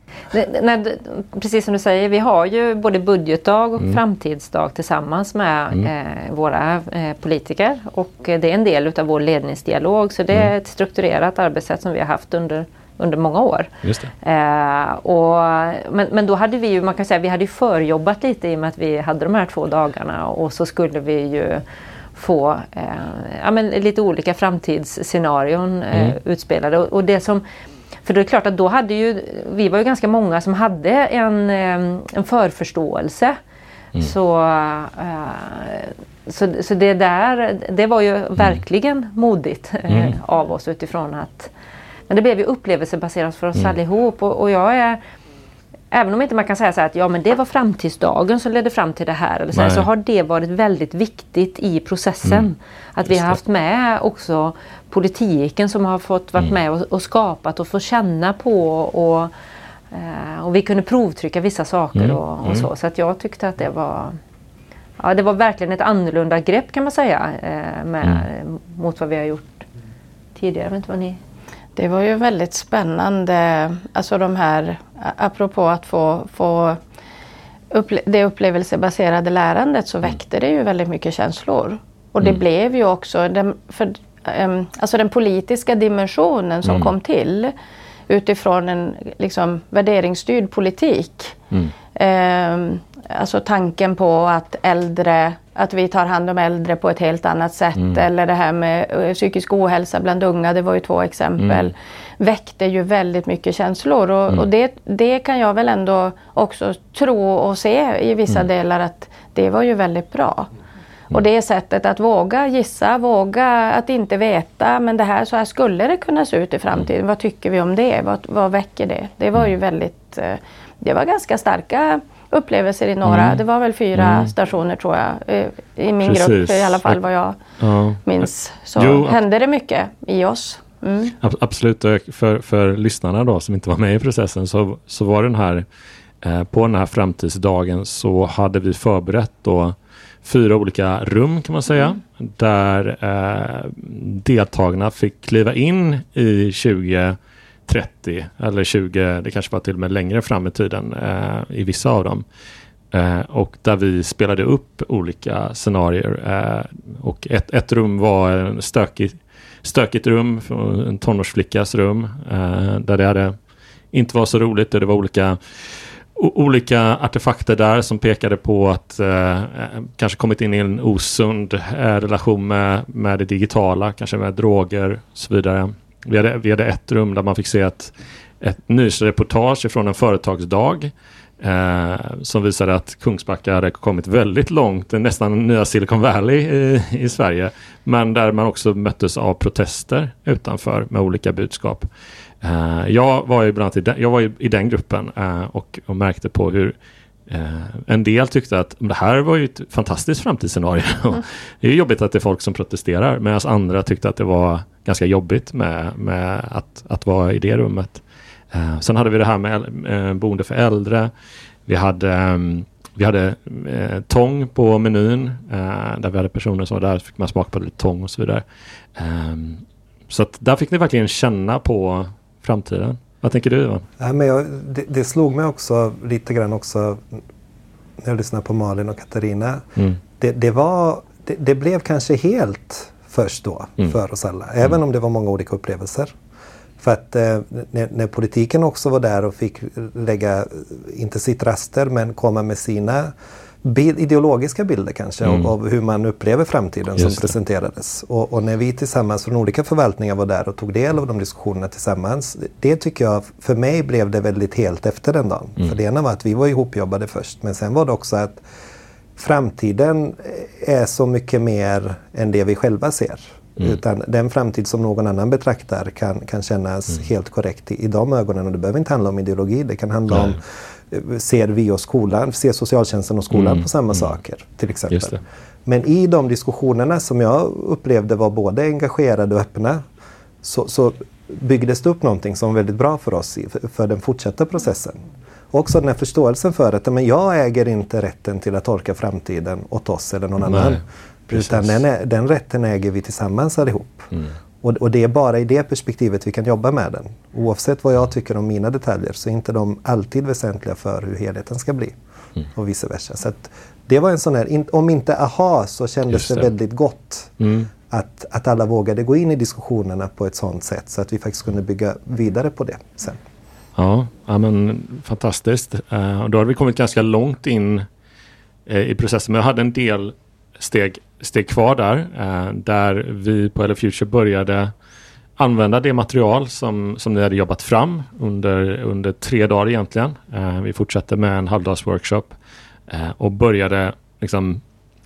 När, precis som du säger, vi har ju både budgetdag och mm. framtidsdag tillsammans med mm. eh, våra eh, politiker, och det är en del av vår ledningsdialog, så det är ett strukturerat arbetssätt som vi har haft under, under många år. Just det. Eh, och, men, men då hade vi ju, man kan säga, vi hade ju förjobbat lite i och med att vi hade de här två dagarna, och så skulle vi ju få eh, ja, men lite olika framtidsscenarion eh, mm. utspelade, och, och det som För det är klart att då hade ju, vi var ju ganska många som hade en, en förförståelse. Mm. Så, uh, så, så det där, det var ju mm. verkligen modigt uh, mm. av oss utifrån att, men det blev ju upplevelsebaserat för oss mm. allihop. Och, och jag är, även om inte man kan säga så här att ja, men det var framtidsdagen som ledde fram till det här, eller så, här, så har det varit väldigt viktigt i processen. Mm. Att vi har haft med också politiken som har fått vara mm. med och, och skapat och få känna på, och, eh, och vi kunde provtrycka vissa saker mm. och, och mm. så. Så att jag tyckte att det var, ja, det var verkligen ett annorlunda grepp, kan man säga, eh, med, mm. mot vad vi har gjort tidigare. Jag vet inte vad ni... Det var ju väldigt spännande, alltså de här, apropå att få, få upple- det upplevelsebaserade lärandet, så väckte det ju väldigt mycket känslor. Och det mm. blev ju också, den, för, um, alltså den politiska dimensionen som mm. kom till utifrån en liksom, värderingsstyrd politik. Mm. Um, alltså tanken på att äldre, att vi tar hand om äldre på ett helt annat sätt. Mm. Eller det här med uh, psykisk ohälsa bland unga, det var ju två exempel. Mm. Väckte ju väldigt mycket känslor. Och, mm. och det, det kan jag väl ändå också tro och se i vissa mm. delar att det var ju väldigt bra. Mm. Och det sättet att våga gissa, våga att inte veta, men det här, så här skulle det kunna se ut i framtiden. Mm. Vad tycker vi om det? Vad, vad väcker det? Det var ju väldigt, uh, det var ganska starka upplevelser i några. Mm. Det var väl fyra mm. stationer, tror jag, i min Precis. grupp, i alla fall vad jag ja. minns. Så jo, hände det mycket i oss. Mm. Absolut, för, för lyssnarna då som inte var med i processen, så, så var den här eh, på den här framtidsdagen så hade vi förberett då fyra olika rum, kan man säga, mm. där eh, deltagarna fick kliva in i tjugo trettio eller tjugo, det kanske var till och med längre fram i tiden eh, i vissa av dem. Eh, och där vi spelade upp olika scenarier. Eh, och ett, ett rum var en stökig, stökigt rum, en tonårsflickas rum, eh, där det hade inte var så roligt. Det var olika, o, olika artefakter där som pekade på att eh, kanske kommit in i en osund eh, relation med, med det digitala, kanske med droger och så vidare. Vi hade, vi hade ett rum där man fick se ett, ett nyhetsreportage från en företagsdag eh, som visade att Kungsbacka hade kommit väldigt långt, nästan nya Silicon Valley i, i Sverige, men där man också möttes av protester utanför med olika budskap. Eh, jag var ju bland annat i den, jag var i, i den gruppen eh, och, och märkte på hur Uh, en del tyckte att det här var ju ett fantastiskt framtidsscenario. Mm. Det är ju jobbigt att det är folk som protesterar, medan andra tyckte att det var ganska jobbigt med, med att, att vara i det rummet. Uh, sen hade vi det här med uh, boende för äldre. Vi hade, um, vi hade uh, tång på menyn, uh, där vi hade personer som var där, så fick man smaka på lite tång och så vidare. Um, så att där fick ni verkligen känna på framtiden. Vad tänker du, Ivan? Ja, men jag, det, det slog mig också lite grann också när jag lyssnade på Malin och Katarina. Mm. Det, det, var, det, det blev kanske helt först då mm. för oss alla. Även mm. om det var många olika upplevelser. För att eh, när, när politiken också var där och fick lägga, inte sitt raster, men komma med sina bild, ideologiska bilder kanske mm. av, av hur man upplever framtiden Just som det. presenterades. Och, och när vi tillsammans från olika förvaltningar var där och tog del av de diskussionerna tillsammans, det tycker jag, för mig blev det väldigt helt efter den dagen. Mm. För det ena var att vi var ihopjobbade först, men sen var det också att framtiden är så mycket mer än det vi själva ser. Mm. Utan den framtid som någon annan betraktar kan, kan kännas mm. helt korrekt i, i de ögonen. Och det behöver inte handla om ideologi. Det kan handla Nej. om, ser vi och skolan, ser socialtjänsten och skolan mm. på samma mm. saker till exempel. Men i de diskussionerna som jag upplevde var både engagerade och öppna, så, så byggdes det upp någonting som var väldigt bra för oss i, för, för den fortsatta processen. Också den här förståelsen för att men jag äger inte rätten till att tolka framtiden åt oss eller någon Nej. annan. Utan den, är, den rätten äger vi tillsammans allihop. Mm. Och, och det är bara i det perspektivet vi kan jobba med den. Oavsett vad jag tycker om mina detaljer så är inte de alltid väsentliga för hur helheten ska bli. Mm. Och vice versa. Så att det var en sån här, om inte aha så kändes det. det väldigt gott mm. att, att alla vågade gå in i diskussionerna på ett sånt sätt så att vi faktiskt kunde bygga vidare på det sen. Ja, ja men fantastiskt. Uh, och då har vi kommit ganska långt in uh, i processen. Men jag hade en del steg, steg kvar där. Uh, där vi på L F Future började använda det material som, som ni hade jobbat fram under, under tre dagar egentligen. Uh, vi fortsatte med en halvdagsworkshop uh, och började liksom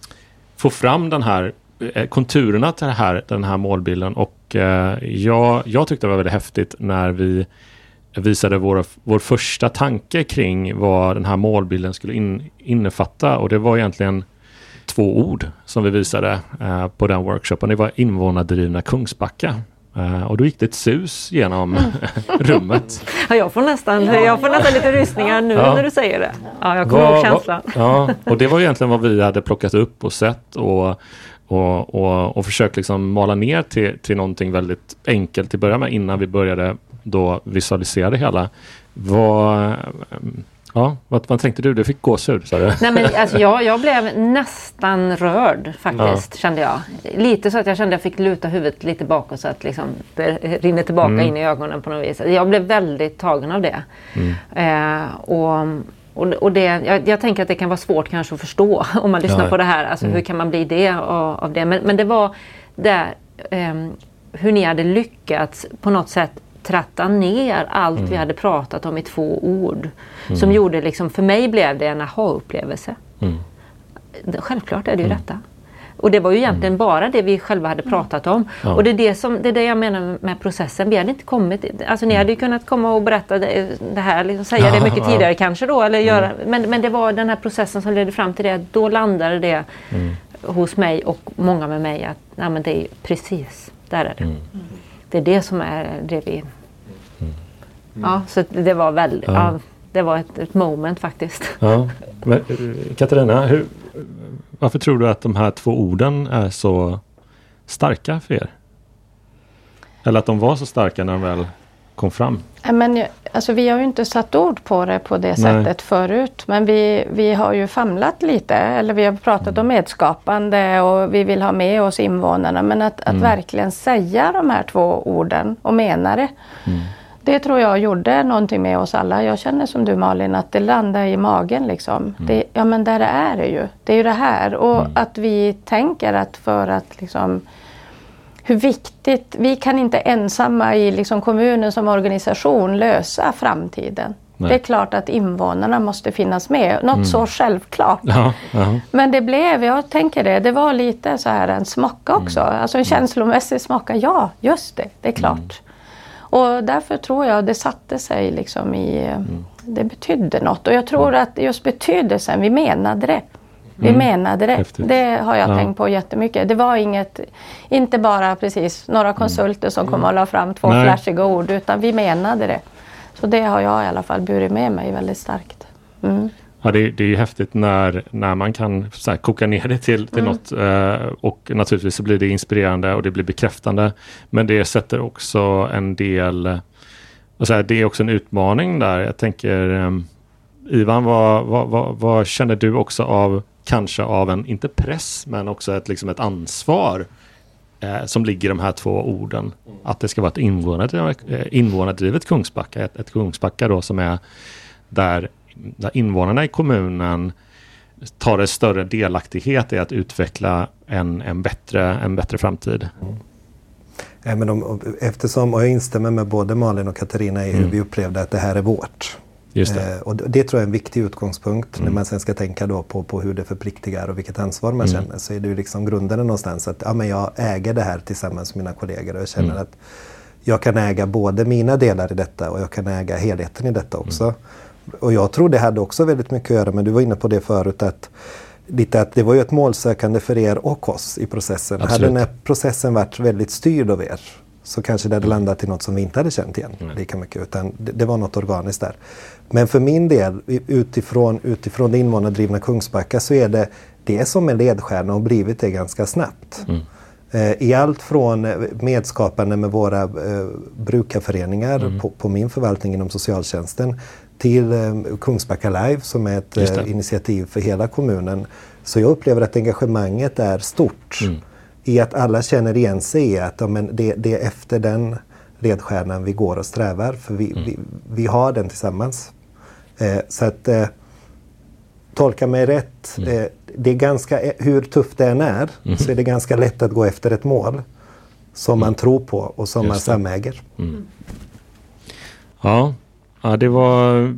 få fram den här uh, konturerna till det här, den här målbilden. Och uh, jag, jag tyckte det var väldigt häftigt när vi visade vår, vår första tanke kring vad den här målbilden skulle in, innefatta. Och det var egentligen två ord som vi visade uh, på den workshopen. Det var invånardrivna Kungsbacka. Uh, och då gick det ett sus genom mm. rummet. Ja, jag får nästan, jag får nästan lite rysningar nu ja. när du säger det. Ja, jag kommer ihåg känslan. Va, ja, och det var egentligen vad vi hade plockat upp och sett och, och, och, och försökt liksom mala ner till, till någonting väldigt enkelt till början med innan vi började då visualisera det hela. Vad... Ja, vad, vad tänkte du? Du fick gåshud, sa du? Nej, men alltså, jag, jag blev nästan rörd faktiskt, ja. kände jag. Lite så att jag kände att jag fick luta huvudet lite bakåt så att liksom, det rinner tillbaka mm. in i ögonen på något vis. Jag blev väldigt tagen av det. Mm. Eh, och, och, och det jag, jag tänker att det kan vara svårt kanske att förstå om man lyssnar ja. på det här. Alltså mm. hur kan man bli det av, av det? Men, men det var det, eh, hur ni hade lyckats på något sätt tratta ner allt mm. vi hade pratat om i två ord. Mm. Som gjorde liksom, för mig blev det en aha-upplevelse. Mm. Självklart är det ju mm. detta. Och det var ju egentligen mm. bara det vi själva hade pratat om. Ja. Och det är det, som, det är det jag menar med processen. Vi hade inte kommit, alltså ni hade ju kunnat komma och berätta det, det här, liksom, säga ja, det mycket ja. tidigare kanske då. Eller göra, mm. men, men det var den här processen som ledde fram till det. Då landade det mm. hos mig och många med mig att nej, men det är precis, där är det. Mm. Det är det som är det vi... Mm. Ja, så det var väl... Ja. Ja, det var ett, ett moment faktiskt. Ja. Men, Katarina, hur, varför tror du att de här två orden är så starka för er? Eller att de var så starka när de väl kom fram? Men, alltså, vi har ju inte satt ord på det på det Nej. sättet förut. Men vi, vi har ju famlat lite. Eller vi har pratat mm. om medskapande och vi vill ha med oss invånarna. Men att, att mm. verkligen säga de här två orden och mena det. Mm. Det tror jag gjorde någonting med oss alla. Jag känner som du Malin att det landar i magen liksom. Mm. Det, ja men där är det ju. Det är ju det här. Och mm. att vi tänker att för att liksom... Hur viktigt, vi kan inte ensamma i liksom kommunen som organisation lösa framtiden. Nej. Det är klart att invånarna måste finnas med. Något mm. så självklart. Ja, ja. Men det blev, jag tänker det, det var lite så här en smocka också. Mm. Alltså en känslomässig smocka. Ja, just det, det är klart. Mm. Och därför tror jag det satte sig liksom i, mm. det betydde något. Och jag tror mm. att just betydelsen, vi menade det. Vi mm. menade det. Häftigt. Det har jag ja. tänkt på jättemycket. Det var inget, inte bara precis några konsulter som kom och la fram två Nej. flashiga ord, utan vi menade det. Så det har jag i alla fall burit med mig väldigt starkt. Mm. Ja, det, det är ju häftigt när, när man kan så här, koka ner det till, till mm. något eh, och naturligtvis så blir det inspirerande och det blir bekräftande. Men det sätter också en del, och så här, det är också en utmaning där. Jag tänker, eh, Ivan, vad, vad, vad, vad känner du också av kanske av en, inte press, men också ett, liksom ett ansvar eh, som ligger i de här två orden. Mm. Att det ska vara ett invånardrivet, eh, invånardrivet Kungsbacka. Ett, ett Kungsbacka då som är där, där invånarna i kommunen tar en större delaktighet i att utveckla en, en, bättre, en bättre framtid. Mm. Ja, men de, eftersom, och jag instämmer med både Malin och Katarina i hur mm. vi upplevde att det här är vårt. Just det. Eh, och det tror jag är en viktig utgångspunkt Mm. när man sen ska tänka då på, på hur det förpliktigar och vilket ansvar man Mm. känner. Så är det ju liksom grunden någonstans att ja, men jag äger det här tillsammans med mina kollegor och jag känner Mm. att jag kan äga både mina delar i detta och jag kan äga helheten i detta också. Mm. Och jag tror det hade också väldigt mycket att göra, men du var inne på det förut, att, lite att det var ju ett målsökande för er och oss i processen. Absolut. Hade den här processen varit väldigt styrd av er så kanske det hade landat i något som vi inte hade känt igen Mm. lika mycket, utan det, det var något organiskt där. Men för min del, utifrån, utifrån det invånardrivna Kungsbacka, så är det det som är ledstjärna och blivit det ganska snabbt. Mm. I allt från medskapande med våra eh, brukarföreningar mm. på, på min förvaltning inom socialtjänsten till eh, Kungsbacka Live som är ett eh, initiativ för hela kommunen. Så jag upplever att engagemanget är stort mm. i att alla känner igen sig i att ja, men det, det är efter den ledstjärnan vi går och strävar, för vi, mm. vi, vi har den tillsammans. Eh, så att eh, tolka mig rätt, mm. eh, det är ganska, hur tufft det än är, mm. så är det ganska lätt att gå efter ett mål som mm. man tror på och som Just man det. samäger. Mm. Ja, ja, det var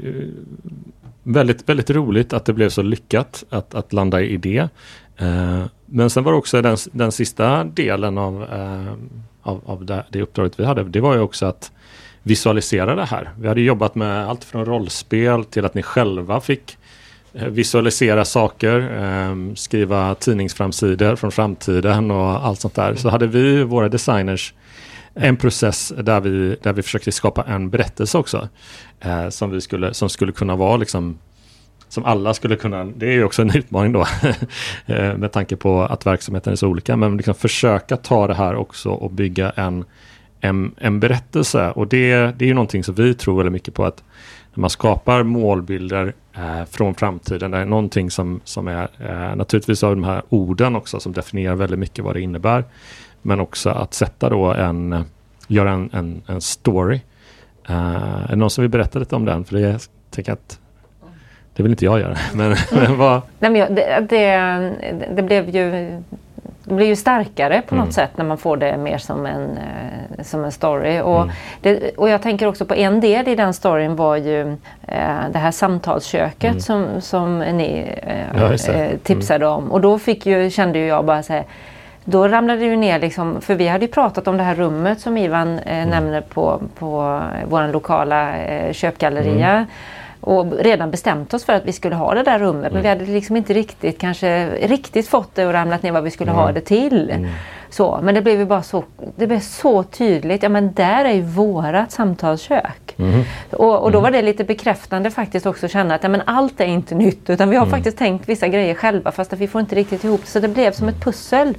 väldigt, väldigt roligt att det blev så lyckat att, att landa i det. Eh, men sen var det också den, den sista delen av, eh, av, av det, det uppdraget vi hade. Det var ju också att visualisera det här. Vi hade jobbat med allt från rollspel till att ni själva fick visualisera saker, eh, skriva tidningsframsidor från framtiden och allt sånt där. Så hade vi, våra designers, en process där vi, där vi försökte skapa en berättelse också. Eh, som, vi skulle, som skulle kunna vara liksom, som alla skulle kunna, det är ju också en utmaning då eh, med tanke på att verksamheten är så olika, men liksom försöka ta det här också och bygga en, en, en berättelse. Och det, det är ju någonting som vi tror väldigt mycket på, att när man skapar målbilder eh, från framtiden, det är någonting som, som är eh, naturligtvis av de här orden också som definierar väldigt mycket vad det innebär, men också att sätta då en, göra en, en, en story. Uh, är det någon som vill berätta lite om den? För det, jag tänker att det vill inte jag göra. Men, men vad... Nej, men det, det, det blev ju det blir ju starkare på något mm. sätt när man får det mer som en, som en story. Och, mm. det, och jag tänker också på en del i den storyn var ju eh, det här samtalsköket mm. som, som ni eh, ja, tipsade mm. om. Och då fick ju, kände ju jag bara så här, då ramlade det ju ner liksom, för vi hade ju pratat om det här rummet som Ivan eh, mm. nämner på, på vår lokala eh, köpgalleria. Mm. Och redan bestämt oss för att vi skulle ha det där rummet. Mm. Men vi hade liksom inte riktigt kanske riktigt fått det och ramlat ner vad vi skulle mm. ha det till. Mm. Så, men det blev ju bara så, det blev så tydligt. Ja, men där är ju vårat samtalskök. Mm. Och, och då var det lite bekräftande faktiskt också att känna att ja, men allt är inte nytt. Utan vi har mm. faktiskt tänkt vissa grejer själva fast att vi får inte riktigt ihop. Så det blev som ett pussel.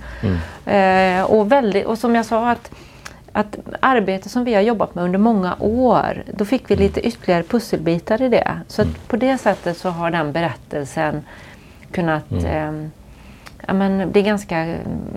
Mm. Eh, och, väldigt, och som jag sa att att arbete som vi har jobbat med under många år, då fick vi lite ytterligare pusselbitar i det. Så att på det sättet så har den berättelsen kunnat mm. eh, ja, men bli ganska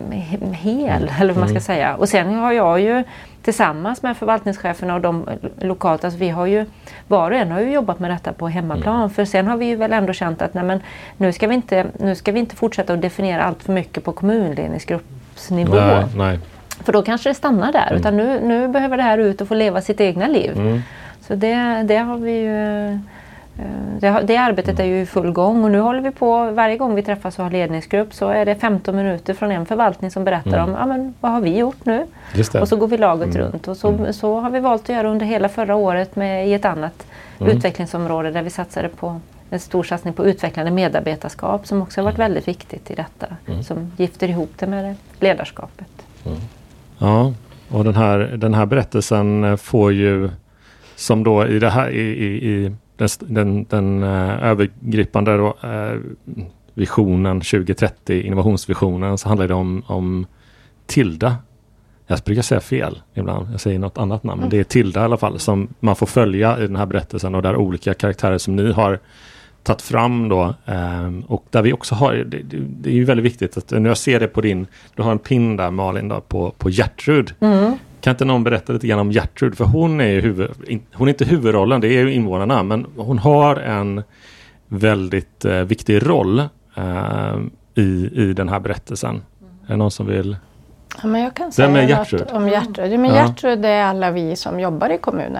hel, eller vad man ska säga. Och sen har jag ju tillsammans med förvaltningscheferna och de lokalt, alltså vi har ju, var och en har ju jobbat med detta på hemmaplan. Mm. För sen har vi ju väl ändå känt att nej, men nu ska vi inte, nu ska vi inte fortsätta att definiera allt för mycket på kommunledningsgruppsnivå. Nej, nej. För då kanske det stannar där. Mm. Utan nu, nu behöver det här ut och få leva sitt egna liv. Mm. Så det, det har vi ju... Det, det arbetet är ju i full gång. Och nu håller vi på, varje gång vi träffas och har ledningsgrupp så är det femton minuter från en förvaltning som berättar mm. om ja, men, vad har vi gjort nu? Och så går vi laget mm. runt. Och så, mm. så har vi valt att göra under hela förra året med, i ett annat mm. utvecklingsområde där vi satsade på en stor satsning på utvecklande medarbetarskap som också har varit väldigt viktigt i detta. Mm. Som gifter ihop det med ledarskapet. Mm. Ja, och den här, den här berättelsen får ju som då i det här i, i, i den, den, den uh, övergripande då, uh, visionen tjugo trettio, innovationsvisionen, så handlar det om, om Tilda. Jag brukar säga fel ibland, jag säger något annat namn, men det är Tilda i alla fall som man får följa i den här berättelsen och där olika karaktärer som ni har tagit fram då, um, och där vi också har, det, det, det är ju väldigt viktigt att när jag ser det på din, du har en pin där Malin då, på, på Gertrud. Mm. Kan inte någon berätta lite grann om Gertrud, för hon är ju huvud, in, hon är inte huvudrollen, det är ju invånarna, men hon har en väldigt uh, viktig roll uh, i, i den här berättelsen. Mm. Är det någon som vill? Ja, men jag kan säga något om Gertrud. Men Gertrud, ja. är alla vi som jobbar i kommunen.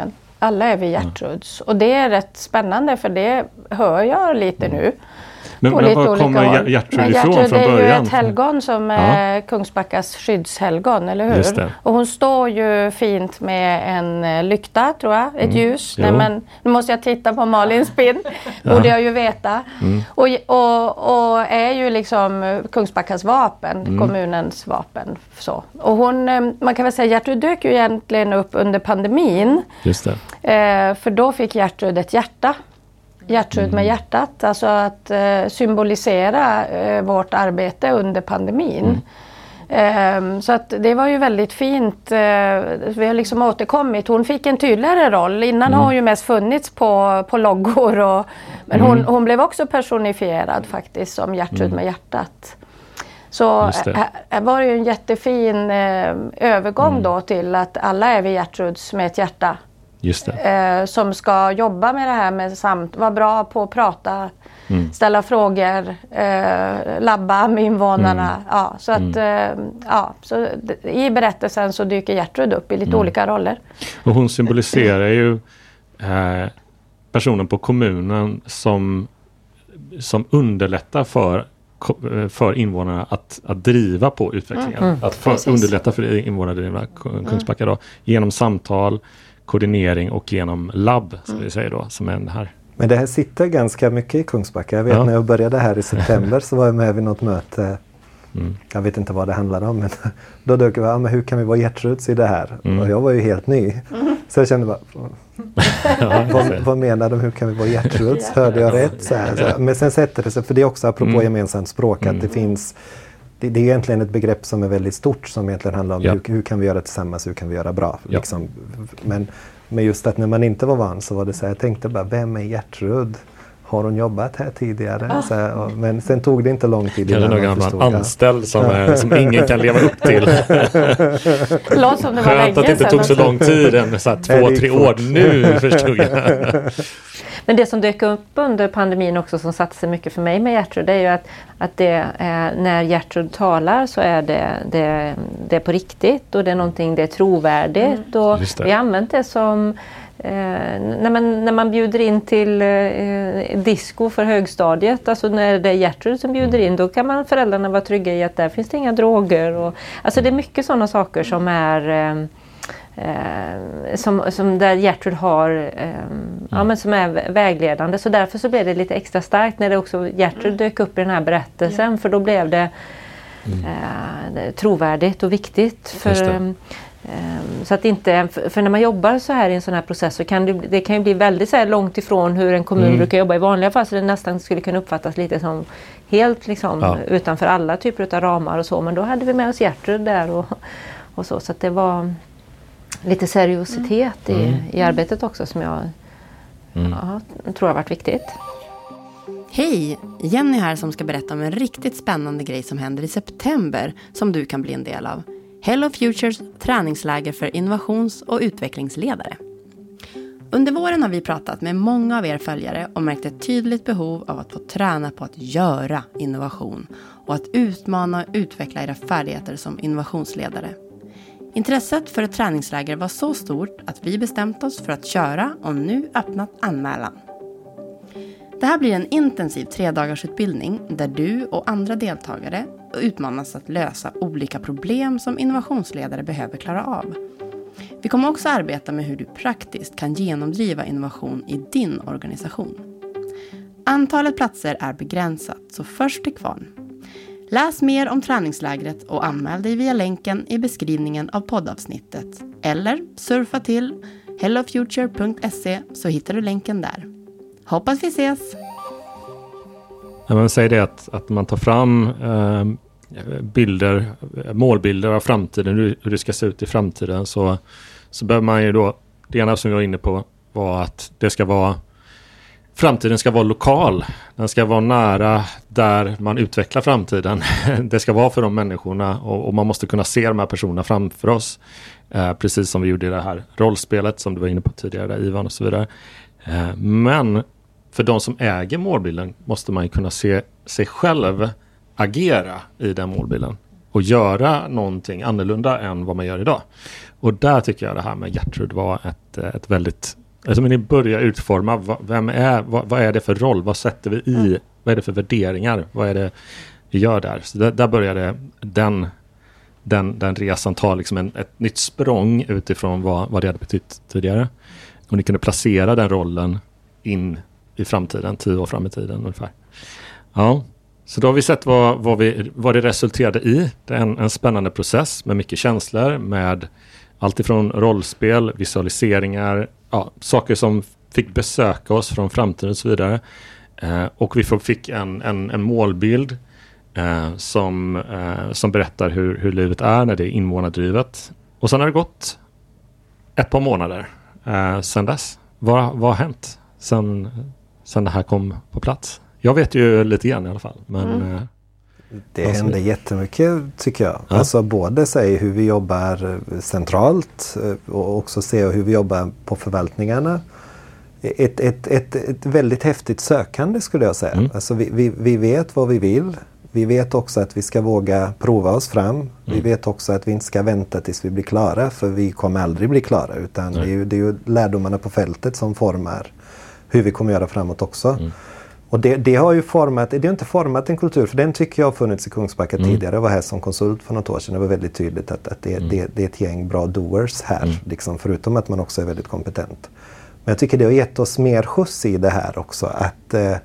alla är vi Gertruds. Mm. Och det är rätt spännande för det hör jag lite mm. nu. Men, men var kommer Gertrud ifrån från början? Gertrud är ju ett helgon som ja. är Kungsbackas skyddshelgon, eller hur? Och hon står ju fint med en lykta, tror jag, ett mm. ljus. Nej, men nu måste jag titta på Malins spinn, ja. borde jag ju veta. Mm. Och, och, och är ju liksom Kungsbackas vapen, mm. kommunens vapen. Så. Och hon, man kan väl säga, Gertrud dök ju egentligen upp under pandemin. Just det. Eh, för då fick Gertrud ett hjärta. Gertrud mm. med hjärtat, alltså att eh, symbolisera eh, vårt arbete under pandemin. Mm. Eh, så att det var ju väldigt fint. Eh, vi har liksom återkommit. Hon fick en tydligare roll. Innan mm. har hon ju mest funnits på, på loggor. Och, men mm. hon, hon blev också personifierad faktiskt som Gertrud mm. med hjärtat. Så här, här var det ju en jättefin eh, övergång mm. då till att alla är vi Gertruds med ett hjärta. Just det. Eh, som ska jobba med det här med samt, vara bra på att prata, mm. ställa frågor, eh, labba med invånarna. Mm. Ja, så att, mm. eh, ja, så d- i berättelsen så dyker Gertrud upp i lite mm. olika roller. Och hon symboliserar ju eh, personen på kommunen som, som underlättar för för invånarna att, att driva på utvecklingen. Mm. Att för, underlätta för invånarna att driva Kungsbacka då, genom samtal, koordinering och genom labb, som vi säger då, som är det här. Men det här sitter ganska mycket i Kungsbacka. Jag vet ja. när jag började här i september så var jag med vid något möte. Mm. Jag vet inte vad det handlade om, men då dök jag, ja, men hur kan vi vara Gertruds i det här? Mm. Och jag var ju helt ny. Mm. Så jag kände bara, ja, vad, vad menar de, hur kan vi vara Gertruds? Hörde jag rätt? Så här, så här. Men sen sätter det sig, för det är också apropå mm. gemensamt språk, att mm. det finns, det, det är egentligen ett begrepp som är väldigt stort, som egentligen handlar om ja. hur, hur kan vi göra tillsammans, hur kan vi göra bra? Ja. Liksom. Men, men just att när man inte var van så var det så här, jag tänkte bara, vem är Gertrud? Har hon jobbat här tidigare? Ah. Så här, och, men sen tog det inte lång tid. Kanske någon annan anställd som, är, som ingen kan leva upp till. Låt som det var Skönt att det inte tog så lång tid än så här, två, tre år nu, förstod jag. Men det som dök upp under pandemin också som satte sig mycket för mig med Gertrud, det är ju att, att det är, när Gertrud talar så är det, det, det är på riktigt och det är någonting, det är trovärdigt. Mm. Och vi har använt det som Eh, när, man, när man bjuder in till eh, disco för högstadiet, alltså när det är Gertrud som bjuder in, då kan man föräldrarna vara trygga i att där finns det inga droger. Och, alltså det är mycket sådana saker som är eh, eh, som, som där Gertrud har eh, mm. ja, men som är vägledande. Så därför så blev det lite extra starkt när det också Gertrud dök upp i den här berättelsen, mm. för då blev det mm. eh, trovärdigt och viktigt för så att inte, för när man jobbar så här i en sån här process så kan det, det kan ju bli väldigt så här långt ifrån hur en kommun mm. brukar jobba i vanliga fall, så det nästan skulle kunna uppfattas lite som helt liksom ja. utanför alla typer av ramar och så, men då hade vi med oss Gertrud där och, och så, så att det var lite seriositet mm. i, i arbetet också som jag mm. ja, tror har varit viktigt. Hej, Jenny här som ska berätta om en riktigt spännande grej som händer i september som du kan bli en del av. Hello Futures träningsläger för innovations- och utvecklingsledare. Under våren har vi pratat med många av er följare och märkt ett tydligt behov av att få träna på att göra innovation och att utmana och utveckla era färdigheter som innovationsledare. Intresset för ett träningsläger var så stort att vi bestämt oss för att köra och nu öppnat anmälan. Det här blir en intensiv tredagarsutbildning där du och andra deltagare utmanas att lösa olika problem som innovationsledare behöver klara av. Vi kommer också arbeta med hur du praktiskt kan genomdriva innovation i din organisation. Antalet platser är begränsat, så först till kvarn. Läs mer om träningslägret och anmäl dig via länken i beskrivningen av poddavsnittet. Eller surfa till hellofuture punkt se så hittar du länken där. Hoppas vi ses! Ja, men säg det att, att man tar fram eh, bilder, målbilder av framtiden, hur, hur det ska se ut i framtiden, så, så behöver man ju då, det ena som jag var inne på var att det ska vara, framtiden ska vara lokal, den ska vara nära där man utvecklar framtiden. Det ska vara för de människorna och, och man måste kunna se de här personerna framför oss, eh, precis som vi gjorde i det här rollspelet som du var inne på tidigare där, Ivan, och så vidare. Eh, men för de som äger målbilden måste man ju kunna se sig själv agera i den målbilden och göra någonting annorlunda än vad man gör idag. Och där tycker jag det här med Gertrud var ett, ett väldigt Alltså när ni börjar utforma, vad, vem är, vad, vad är det för roll? Vad sätter vi i? Mm. Vad är det för värderingar? Vad är det vi gör där? Så där, där började den, den, den resan ta liksom en, ett nytt språng utifrån vad, vad det hade betytt tidigare. Och ni kunde placera den rollen in i framtiden, tio år fram i tiden ungefär. Ja, så då har vi sett vad, vad, vi, vad det resulterade i. Det är en, en spännande process med mycket känslor, med allt ifrån rollspel, visualiseringar, ja, saker som fick besöka oss från framtiden och så vidare. Eh, och vi fick en, en, en målbild eh, som, eh, som berättar hur, hur livet är när det är invånardrivet. Och sen har det gått ett par månader eh, sedan dess. Vad, vad har hänt sen, sen det här kom på plats? Jag vet ju lite grann i alla fall. Men, mm. eh, det händer jättemycket tycker jag. Ja. Alltså både se hur vi jobbar centralt och också se hur vi jobbar på förvaltningarna. Ett, ett, ett, ett väldigt häftigt sökande skulle jag säga. Mm. Alltså vi, vi, vi vet vad vi vill. Vi vet också att vi ska våga prova oss fram. Mm. Vi vet också att vi inte ska vänta tills vi blir klara, för vi kommer aldrig bli klara. Utan det är, ju, det är ju lärdomarna på fältet som formar hur vi kommer göra framåt också. Mm. Och det, det har ju format, det har inte format en kultur, för den tycker jag har funnits i Kungsbacka mm. tidigare. Jag var här som konsult för något år sedan. Det var väldigt tydligt att, att det, mm. det, det är ett gäng bra doers här, mm. liksom, förutom att man också är väldigt kompetent. Men jag tycker det har gett oss mer skjuts i det här också. Att eh,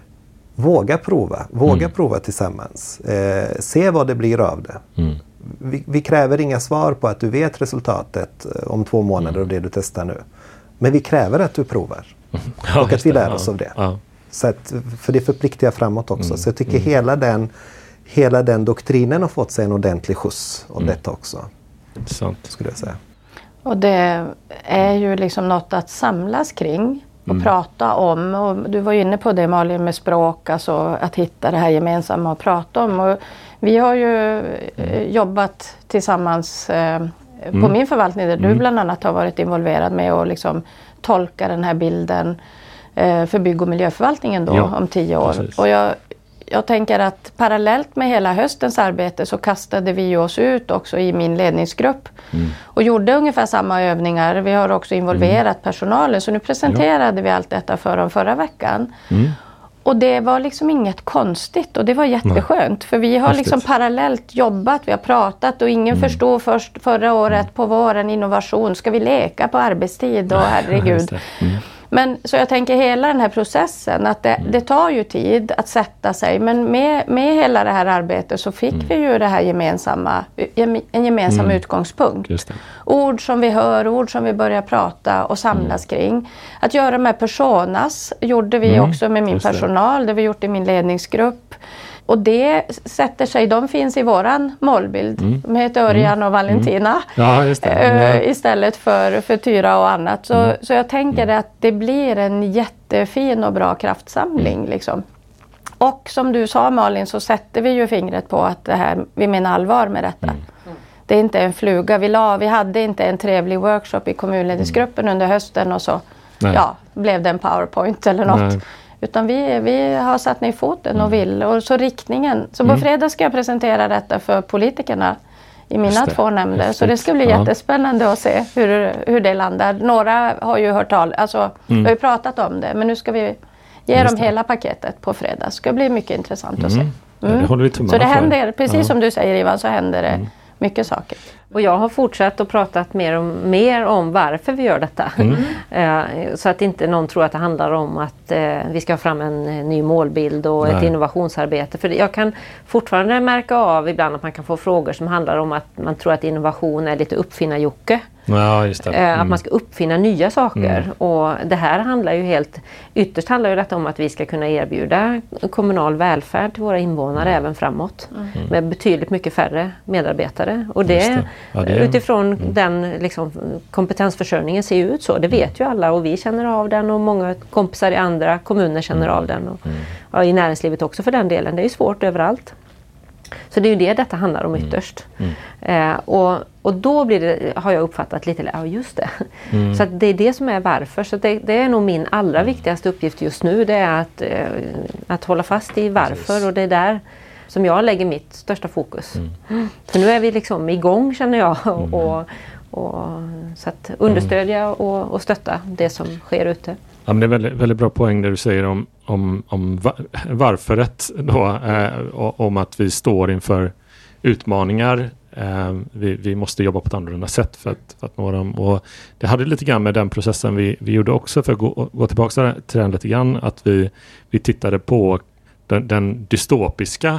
våga prova, våga mm. prova tillsammans. Eh, se vad det blir av det. Mm. Vi, vi kräver inga svar på att du vet resultatet om två månader mm. av det du testar nu. Men vi kräver att du provar. Ja, och att vi lär oss ja. av det. Ja. Så att, för det förpliktar framåt också. Mm. Så jag tycker mm. hela, den, hela den doktrinen har fått sig en ordentlig skjuts om mm. detta också. Sant. Skulle jag säga. Och det är ju liksom något att samlas kring och mm. prata om. Och du var ju inne på det, Malin, med språk, alltså att hitta det här gemensamma att prata om. Och vi har ju eh, jobbat tillsammans eh, på mm. min förvaltning där mm. du bland annat har varit involverad med att liksom tolka den här bilden för bygg- och miljöförvaltningen då ja, om tio år. Precis. Och jag, jag tänker att parallellt med hela höstens arbete så kastade vi oss ut också i min ledningsgrupp mm. och gjorde ungefär samma övningar. Vi har också involverat mm. personalen, så nu presenterade ja. vi allt detta för dem förra veckan. Mm. Och det var liksom inget konstigt och det var jätteskönt. Nej. För vi har Häftigt. liksom parallellt jobbat, vi har pratat och ingen mm. förstod först förra året mm. på våren innovation. Ska vi leka på arbetstid? Och herregud. Mm. Men så jag tänker hela den här processen, att det, mm. det tar ju tid att sätta sig. Men med, med hela det här arbetet så fick mm. vi ju det här gemensamma, en gemensam mm. utgångspunkt. Just det. Ord som vi hör, ord som vi börjar prata och samlas mm. kring. Att göra med personas gjorde vi mm. också med min Just personal, det. det vi gjort i min ledningsgrupp. Och det sätter sig, de finns i våran målbild. Mm. De heter Örjan mm. och Valentina. Mm. Ja, just det. Äh, ja. Istället för, för Tyra och annat. Så, mm. så jag tänker mm. att det blir en jättefin och bra kraftsamling. Mm. Liksom. Och som du sa, Malin, så sätter vi ju fingret på att det här, vi menar allvar med detta. Mm. Det är inte en fluga. Vi, la, vi hade inte en trevlig workshop i kommunledningsgruppen mm. under hösten och så ja, blev det en PowerPoint eller något. Nej. Utan vi, vi har satt ner foten och vill. Och så riktningen. Så på mm. fredag ska jag presentera detta för politikerna i mina två nämnder. Så det ska bli ja. jättespännande att se hur, hur det landar. Några har ju hört tal, alltså mm. vi har ju pratat om det. Men nu ska vi ge Just dem det. hela paketet på fredag. Det ska bli mycket intressant mm. att se. Mm. Ja, det håller vi tummarna så det för. händer, precis ja. som du säger Ivan, så händer det mm. mycket saker. Och jag har fortsatt att prata mer om, mer om varför vi gör detta. Mm. Så att inte någon tror att det handlar om att eh, vi ska ha fram en ny målbild och Nej. ett innovationsarbete. För jag kan fortfarande märka av ibland att man kan få frågor som handlar om att man tror att innovation är lite uppfinna-jocke. Ja, just det. Mm. Att man ska uppfinna nya saker. Mm. Och det här handlar ju helt, ytterst handlar ju detta om att vi ska kunna erbjuda kommunal välfärd till våra invånare mm. även framåt. Mm. Med betydligt mycket färre medarbetare. Och det, det. Ja, det är, utifrån mm. den liksom, kompetensförsörjningen ser ju ut så. Det vet ju alla och vi känner av den och många kompisar i andra kommuner känner mm. av den. Och, mm. ja, i näringslivet också för den delen. Det är ju svårt överallt. Så det är ju det detta handlar om ytterst. Mm. Mm. Eh, och, och då blir det, har jag uppfattat lite, ja just det. Mm. Så att det är det som är varför. Så det, det är nog min allra viktigaste uppgift just nu. Det är att, eh, att hålla fast i varför. Precis. Och det är där som jag lägger mitt största fokus. Mm. För nu är vi liksom igång känner jag. Mm. Och, Och, så att understödja mm. och, och stötta det som sker ute. Ja, men det är väldigt, väldigt bra poäng det du säger om, om, om varföret då, eh, om att vi står inför utmaningar. Eh, vi, vi måste jobba på ett annorlunda sätt för att, för att nå dem. Och det hade lite grann med den processen vi, vi gjorde också, för att gå, gå tillbaka till den lite grann, att vi, vi tittade på den, den dystopiska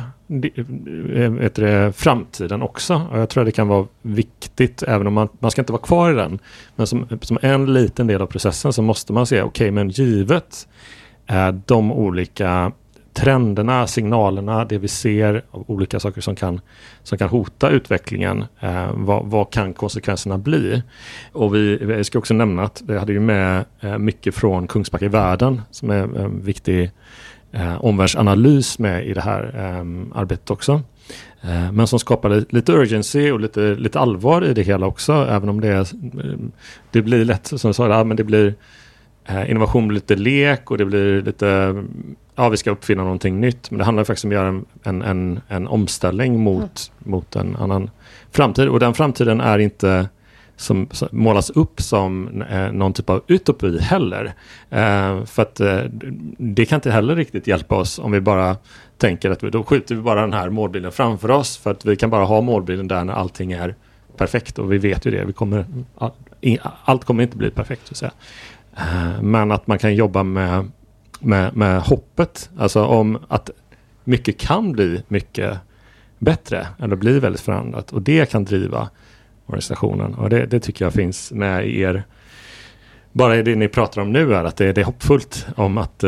vet det, framtiden också. Och jag tror att det kan vara viktigt, även om man, man ska inte vara kvar i den. Men som, som en liten del av processen så måste man se, okej, okay, men givet är de olika trenderna, signalerna, det vi ser av olika saker som kan, som kan hota utvecklingen. Eh, vad, vad kan konsekvenserna bli? Och vi, vi ska också nämna att det hade ju med eh, mycket från Kungsbacka i världen som är en eh, viktig eh, omvärldsanalys med i det här eh, arbetet också. Eh, men som skapade lite urgency och lite, lite allvar i det hela också, även om det, är, det blir lätt, som jag sa, ja, men det blir eh, innovation blir lite lek och det blir lite, ja, vi ska uppfinna någonting nytt, men det handlar faktiskt om att göra en, en, en, en omställning mot, mm. mot en annan framtid, och den framtiden är inte som, som målas upp som eh, någon typ av utopi heller. Eh, för att eh, det kan inte heller riktigt hjälpa oss om vi bara tänker att vi, då skjuter vi bara den här målbilden framför oss, för att vi kan bara ha målbilden där när allting är perfekt, och vi vet ju det. Vi kommer, all, allt kommer inte bli perfekt, så att säga. Eh, men att man kan jobba med, med, med hoppet, alltså om att mycket kan bli mycket bättre eller bli väldigt förändrat, och det kan driva organisationen, och det, det tycker jag finns med i er. Bara det ni pratar om nu är att det, det är hoppfullt om att,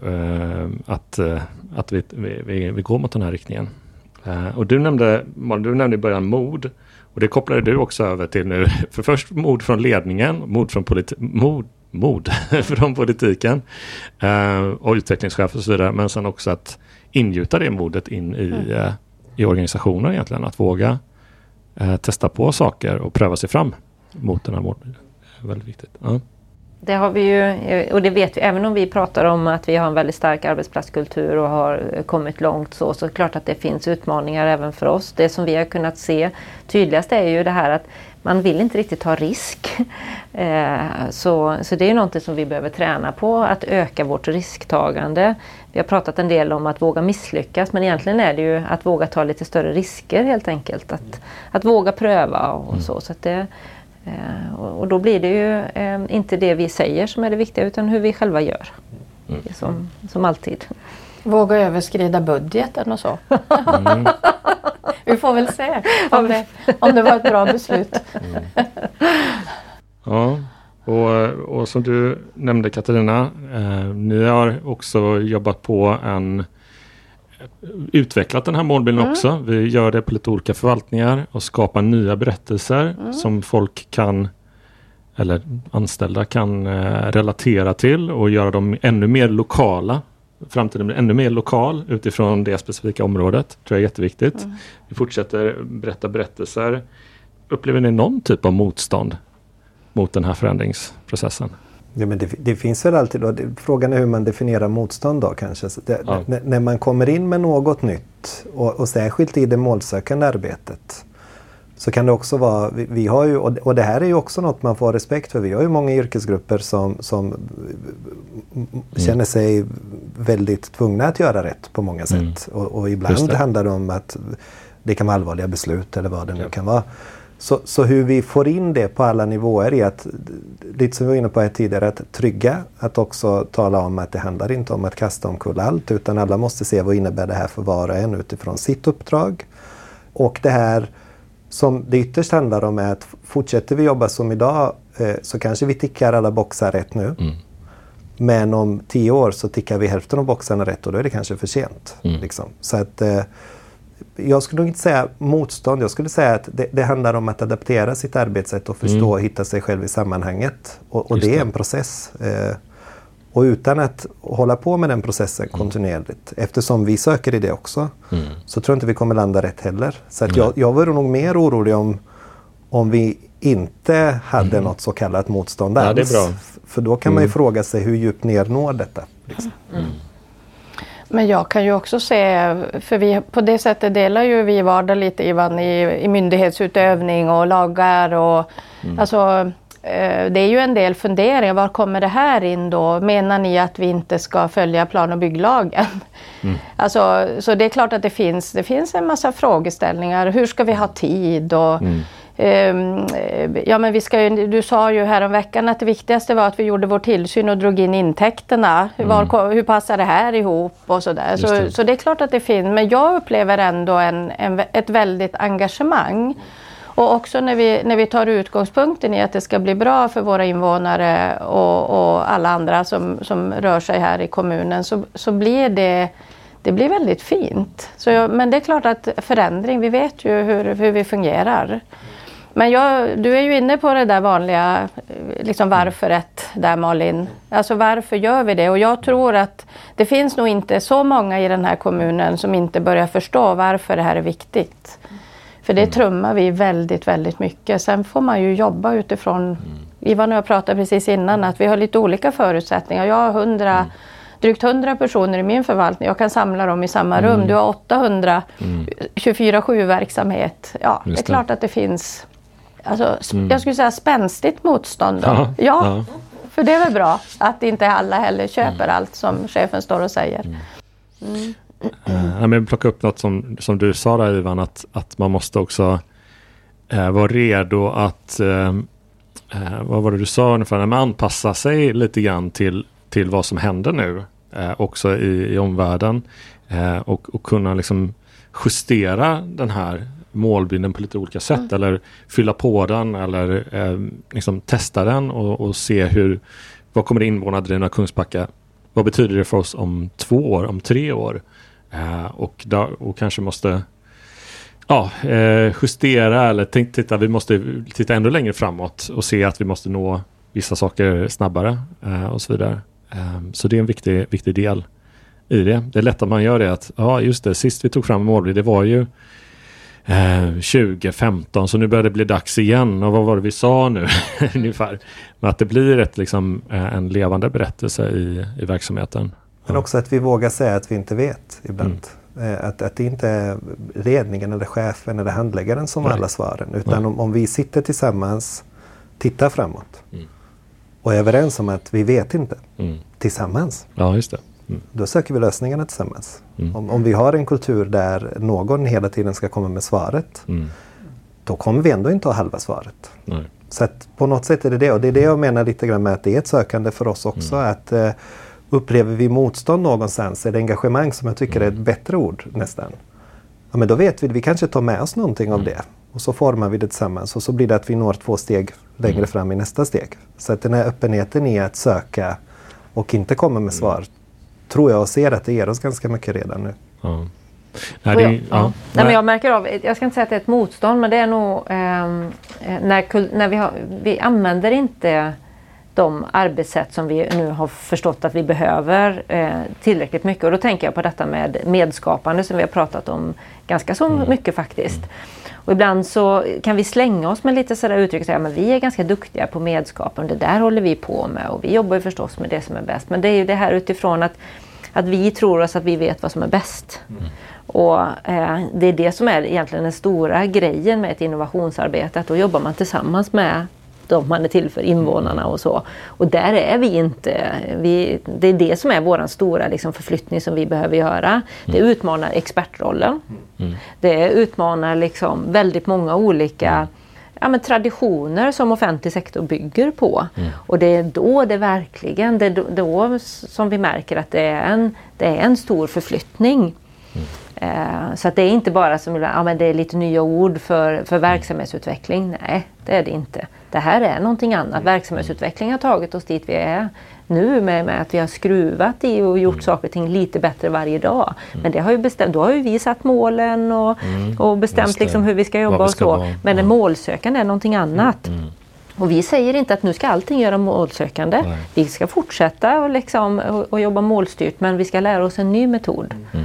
uh, att, uh, att vi, vi, vi går mot den här riktningen. Uh, och du nämnde, du nämnde i början mod, och det kopplade du också över till nu. För först mod från ledningen, mod från, politi- mod, mod från politiken uh, och utvecklingschef och så vidare, men sen också att ingjuta det modet in i, uh, i organisationen egentligen, att våga uh, testa på saker och pröva sig fram mot den här målbilden. Det är väldigt viktigt. Ja. Det har vi ju, och det vet vi, även om vi pratar om att vi har en väldigt stark arbetsplatskultur och har kommit långt, så, så är det klart att det finns utmaningar även för oss. Det som vi har kunnat se tydligast är ju det här att man vill inte riktigt ta risk. Så, så det är ju något som vi behöver träna på, att öka vårt risktagande. Vi har pratat en del om att våga misslyckas, men egentligen är det ju att våga ta lite större risker helt enkelt. Att, att våga pröva och så. Så att det, och då blir det ju inte det vi säger som är det viktiga, utan hur vi själva gör. Mm. Som, som alltid. Våga överskrida budgeten och så. Mm. Vi får väl se om det, om det var ett bra beslut. Mm. Ja, och, och som du nämnde, Katarina, eh, ni har också jobbat på en utvecklat den här målbilden mm. också. Vi gör det på lite olika förvaltningar och skapar nya berättelser mm. som folk kan, eller anställda kan eh, relatera till och göra dem ännu mer lokala. Framtiden blir ännu mer lokal utifrån det specifika området. Det tror jag är jätteviktigt. Mm. Vi fortsätter berätta berättelser. Upplever ni någon typ av motstånd mot den här förändringsprocessen? Ja, men det, det finns väl alltid då. Frågan är hur man definierar motstånd då kanske. Det, ja. n- när man kommer in med något nytt och, och särskilt i det målsökande arbetet, så kan det också vara, vi, vi har ju, och, och det här är ju också något man får ha respekt för. Vi har ju många yrkesgrupper som, som mm. känner sig väldigt tvungna att göra rätt på många sätt. Mm. Och, och ibland handlar det om att det kan vara allvarliga beslut eller vad det nu ja. kan vara. Så, så hur vi får in det på alla nivåer är att, lite som vi var inne på här tidigare, att trygga, att också tala om att det handlar inte om att kasta omkull allt, utan alla måste se vad innebär det här för var och en utifrån sitt uppdrag. Och det här som det ytterst handlar om är att fortsätter vi jobba som idag eh, så kanske vi tickar alla boxar rätt nu. Mm. Men om tio år så tickar vi hälften av boxarna rätt, och då är det kanske för sent. Mm. Liksom. Så att eh, jag skulle nog inte säga motstånd, jag skulle säga att det, det handlar om att adaptera sitt arbetssätt och förstå mm. och hitta sig själv i sammanhanget. Och, och det är en process. Eh, och utan att hålla på med den processen mm. kontinuerligt, eftersom vi söker i det också, mm. så tror jag inte vi kommer landa rätt heller. Så att mm. jag, jag var nog mer orolig om, om vi inte hade mm. något så kallat motstånd alls. Ja, det är bra. För då kan mm. man ju fråga sig hur djupt ner når detta. Liksom. Mm. Men jag kan ju också se, för vi, på det sättet delar ju vi vardag lite Ivan i, i myndighetsutövning och lagar och mm. alltså det är ju en del funderingar, var kommer det här in då? Menar ni att vi inte ska följa plan- och bygglagen? Mm. Alltså, så det är klart att det finns, det finns en massa frågeställningar. Hur ska vi ha tid? Och, mm. um, ja, men vi ska ju, du sa ju här om veckan att det viktigaste var att vi gjorde vår tillsyn och drog in intäkterna. Mm. Var, hur passar det här ihop? Och så, där. Så, det. så det är klart att det finns, men jag upplever ändå en, en, ett väldigt engagemang. Och också när vi, när vi tar utgångspunkten i att det ska bli bra för våra invånare och, och alla andra som, som rör sig här i kommunen så, så blir det, det blir väldigt fint. Så jag, men det är klart att förändring, vi vet ju hur, hur vi fungerar. Men jag, du är ju inne på det där vanliga, liksom varföret där Malin. Alltså varför gör vi det? Och jag tror att det finns nog inte så många i den här kommunen som inte börjar förstå varför det här är viktigt. För det trummar vi väldigt, väldigt mycket. Sen får man ju jobba utifrån, mm. Ivan och jag pratade precis innan, att vi har lite olika förutsättningar. Jag har hundra, mm. drygt hundra personer i min förvaltning. Jag kan samla dem i samma mm. rum. Du har åttahundra, mm. tjugofyra sju verksamhet. Ja, Just det är klart det. Att det finns, alltså, mm. jag skulle säga spänstigt motstånd. Ja, ja, ja, för det är väl bra att inte alla heller köper mm. allt som chefen står och säger. Mm. Mm. Uh, men plocka upp något som, som du sa där Ivan, att, att man måste också uh, vara redo att uh, uh, vad var det du sa ungefär, när man anpassar sig lite grann till, till vad som händer nu uh, också i, i omvärlden uh, och, och kunna liksom justera den här målbilden på lite olika sätt mm. eller fylla på den eller uh, liksom testa den och, och se hur, vad kommer det invånardrivna Kungsbacka, vad betyder det för oss om två år, om tre år? Uh, och, då, och kanske måste ja, uh, justera eller tänk, titta, vi måste titta ännu längre framåt och se att vi måste nå vissa saker snabbare uh, och så vidare. Um, så det är en viktig, viktig del i det. Det är lätt att man gör det att, ja just det, sist vi tog fram målbild, det var ju uh, tjugo femton, så nu börjar det bli dags igen. Och vad var det vi sa nu ungefär? Men att det blir ett, liksom, uh, en levande berättelse i, i verksamheten. Men också att vi vågar säga att vi inte vet ibland. Mm. Att, att det inte är ledningen eller chefen eller handläggaren som har alla svaren. Utan om, om vi sitter tillsammans, tittar framåt mm. och är överens om att vi vet inte mm. tillsammans. Ja, just det. Mm. Då söker vi lösningarna tillsammans. Mm. Om, om vi har en kultur där någon hela tiden ska komma med svaret, mm. då kommer vi ändå inte ha halva svaret. Nej. Så att på något sätt är det det. Och det är det jag menar lite grann med att det är ett sökande för oss också. Mm. Att eh, upplever vi motstånd någonstans, är det engagemang som jag tycker är ett bättre ord nästan. Ja, men då vet vi, vi kanske tar med oss någonting mm. av det. Och så formar vi det tillsammans. Och så blir det att vi når två steg längre mm. fram i nästa steg. Så att den här öppenheten i att söka och inte komma med svar, mm. tror jag och ser att det ger oss ganska mycket redan nu. Ja. Nej, det, ja. Ja. Nej, men jag märker av, jag ska inte säga att det är ett motstånd, men det är nog eh, när, när vi, har, vi använder inte de arbetssätt som vi nu har förstått att vi behöver eh, tillräckligt mycket. Och då tänker jag på detta med medskapande som vi har pratat om ganska så mm. mycket faktiskt. Mm. Och ibland så kan vi slänga oss med lite sådär uttryck och säga att vi är ganska duktiga på medskapande. Det där håller vi på med och vi jobbar ju förstås med det som är bäst. Men det är ju det här utifrån att, att vi tror oss att vi vet vad som är bäst. Mm. Och eh, det är det som är egentligen den stora grejen med ett innovationsarbete. Att då jobbar man tillsammans med de man är till för invånarna och så. Och där är vi inte. Vi, det är det som är vår stora liksom, förflyttning som vi behöver göra. Mm. Det utmanar expertrollen. Mm. Det utmanar liksom, väldigt många olika mm. ja, men, traditioner som offentlig sektor bygger på. Mm. Och det är då det verkligen, det är då, då som vi märker att det är en, det är en stor förflyttning. Mm. Eh, så att det är inte bara som ja, men det är lite nya ord för, för verksamhetsutveckling. Nej, det är det inte. Det här är någonting annat. Verksamhetsutveckling har tagit oss dit vi är nu med, med att vi har skruvat i och gjort mm. saker och ting lite bättre varje dag. Mm. Men det har ju bestämt, då har ju vi satt målen och, mm. och bestämt liksom hur vi ska jobba vi ska och så. Vara. Men ja. målsökande är någonting annat. Mm. Och vi säger inte att nu ska allting göra målsökande. Nej. Vi ska fortsätta och, liksom, och, och jobba målstyrt, men vi ska lära oss en ny metod. Mm.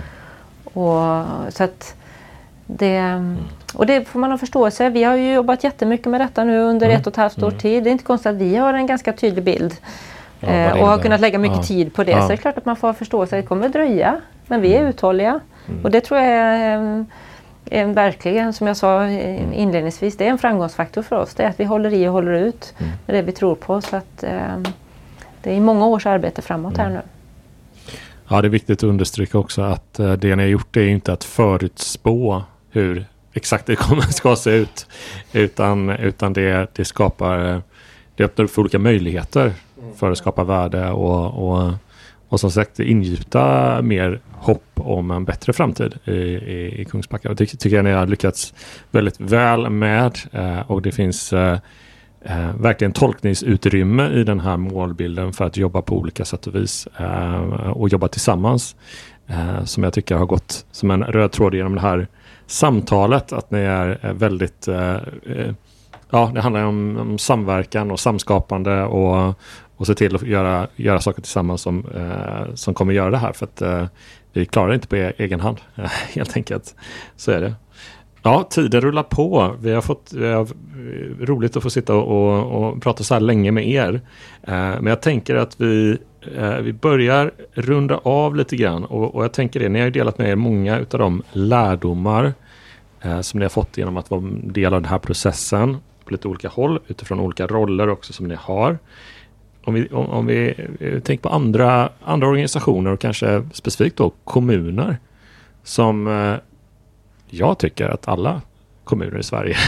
Och, så att det, mm. och det får man ha förståelse. Vi har ju jobbat jättemycket med detta nu under mm. ett och ett halvt år mm. tid. Det är inte konstigt att vi har en ganska tydlig bild. Ja, eh, och har kunnat lägga mycket ja. tid på det. Ja. Så det är klart att man får förstå sig. Det kommer att dröja. Men vi är uthålliga. Mm. Och det tror jag är, är verkligen, som jag sa inledningsvis, det är en framgångsfaktor för oss. Det är att vi håller i och håller ut mm. med det vi tror på. Så att eh, det är många års arbete framåt mm. här nu. Ja, det är viktigt att understryka också att eh, det ni har gjort är inte att förutspå hur exakt det kommer ska se ut. Utan, utan det, det skapar, det öppnar upp för olika möjligheter för att skapa värde och, och, och som sagt ingjuta mer hopp om en bättre framtid i, i, i Kungsbacka. Och det tycker jag ni har lyckats väldigt väl med eh, och det finns eh, eh, verkligen tolkningsutrymme i den här målbilden för att jobba på olika sätt och vis eh, och jobba tillsammans eh, som jag tycker har gått som en röd tråd genom det här samtalet, att ni är, är väldigt eh, eh, ja, det handlar om, om samverkan och samskapande och, och se till att göra, göra saker tillsammans som, eh, som kommer göra det här, för att eh, vi klarar inte på egen hand helt enkelt. Så är det. Ja, tiden rullar på. Vi har fått vi har roligt att få sitta och, och, och prata så här länge med er. Eh, men jag tänker att vi, eh, vi börjar runda av lite grann. Och, och jag tänker det, ni har ju delat med er många utav de lärdomar eh, som ni har fått genom att vara del av den här processen på lite olika håll, utifrån olika roller också som ni har. Om vi, om, om vi tänker på andra, andra organisationer och kanske specifikt då kommuner som eh, jag tycker att alla kommuner i Sverige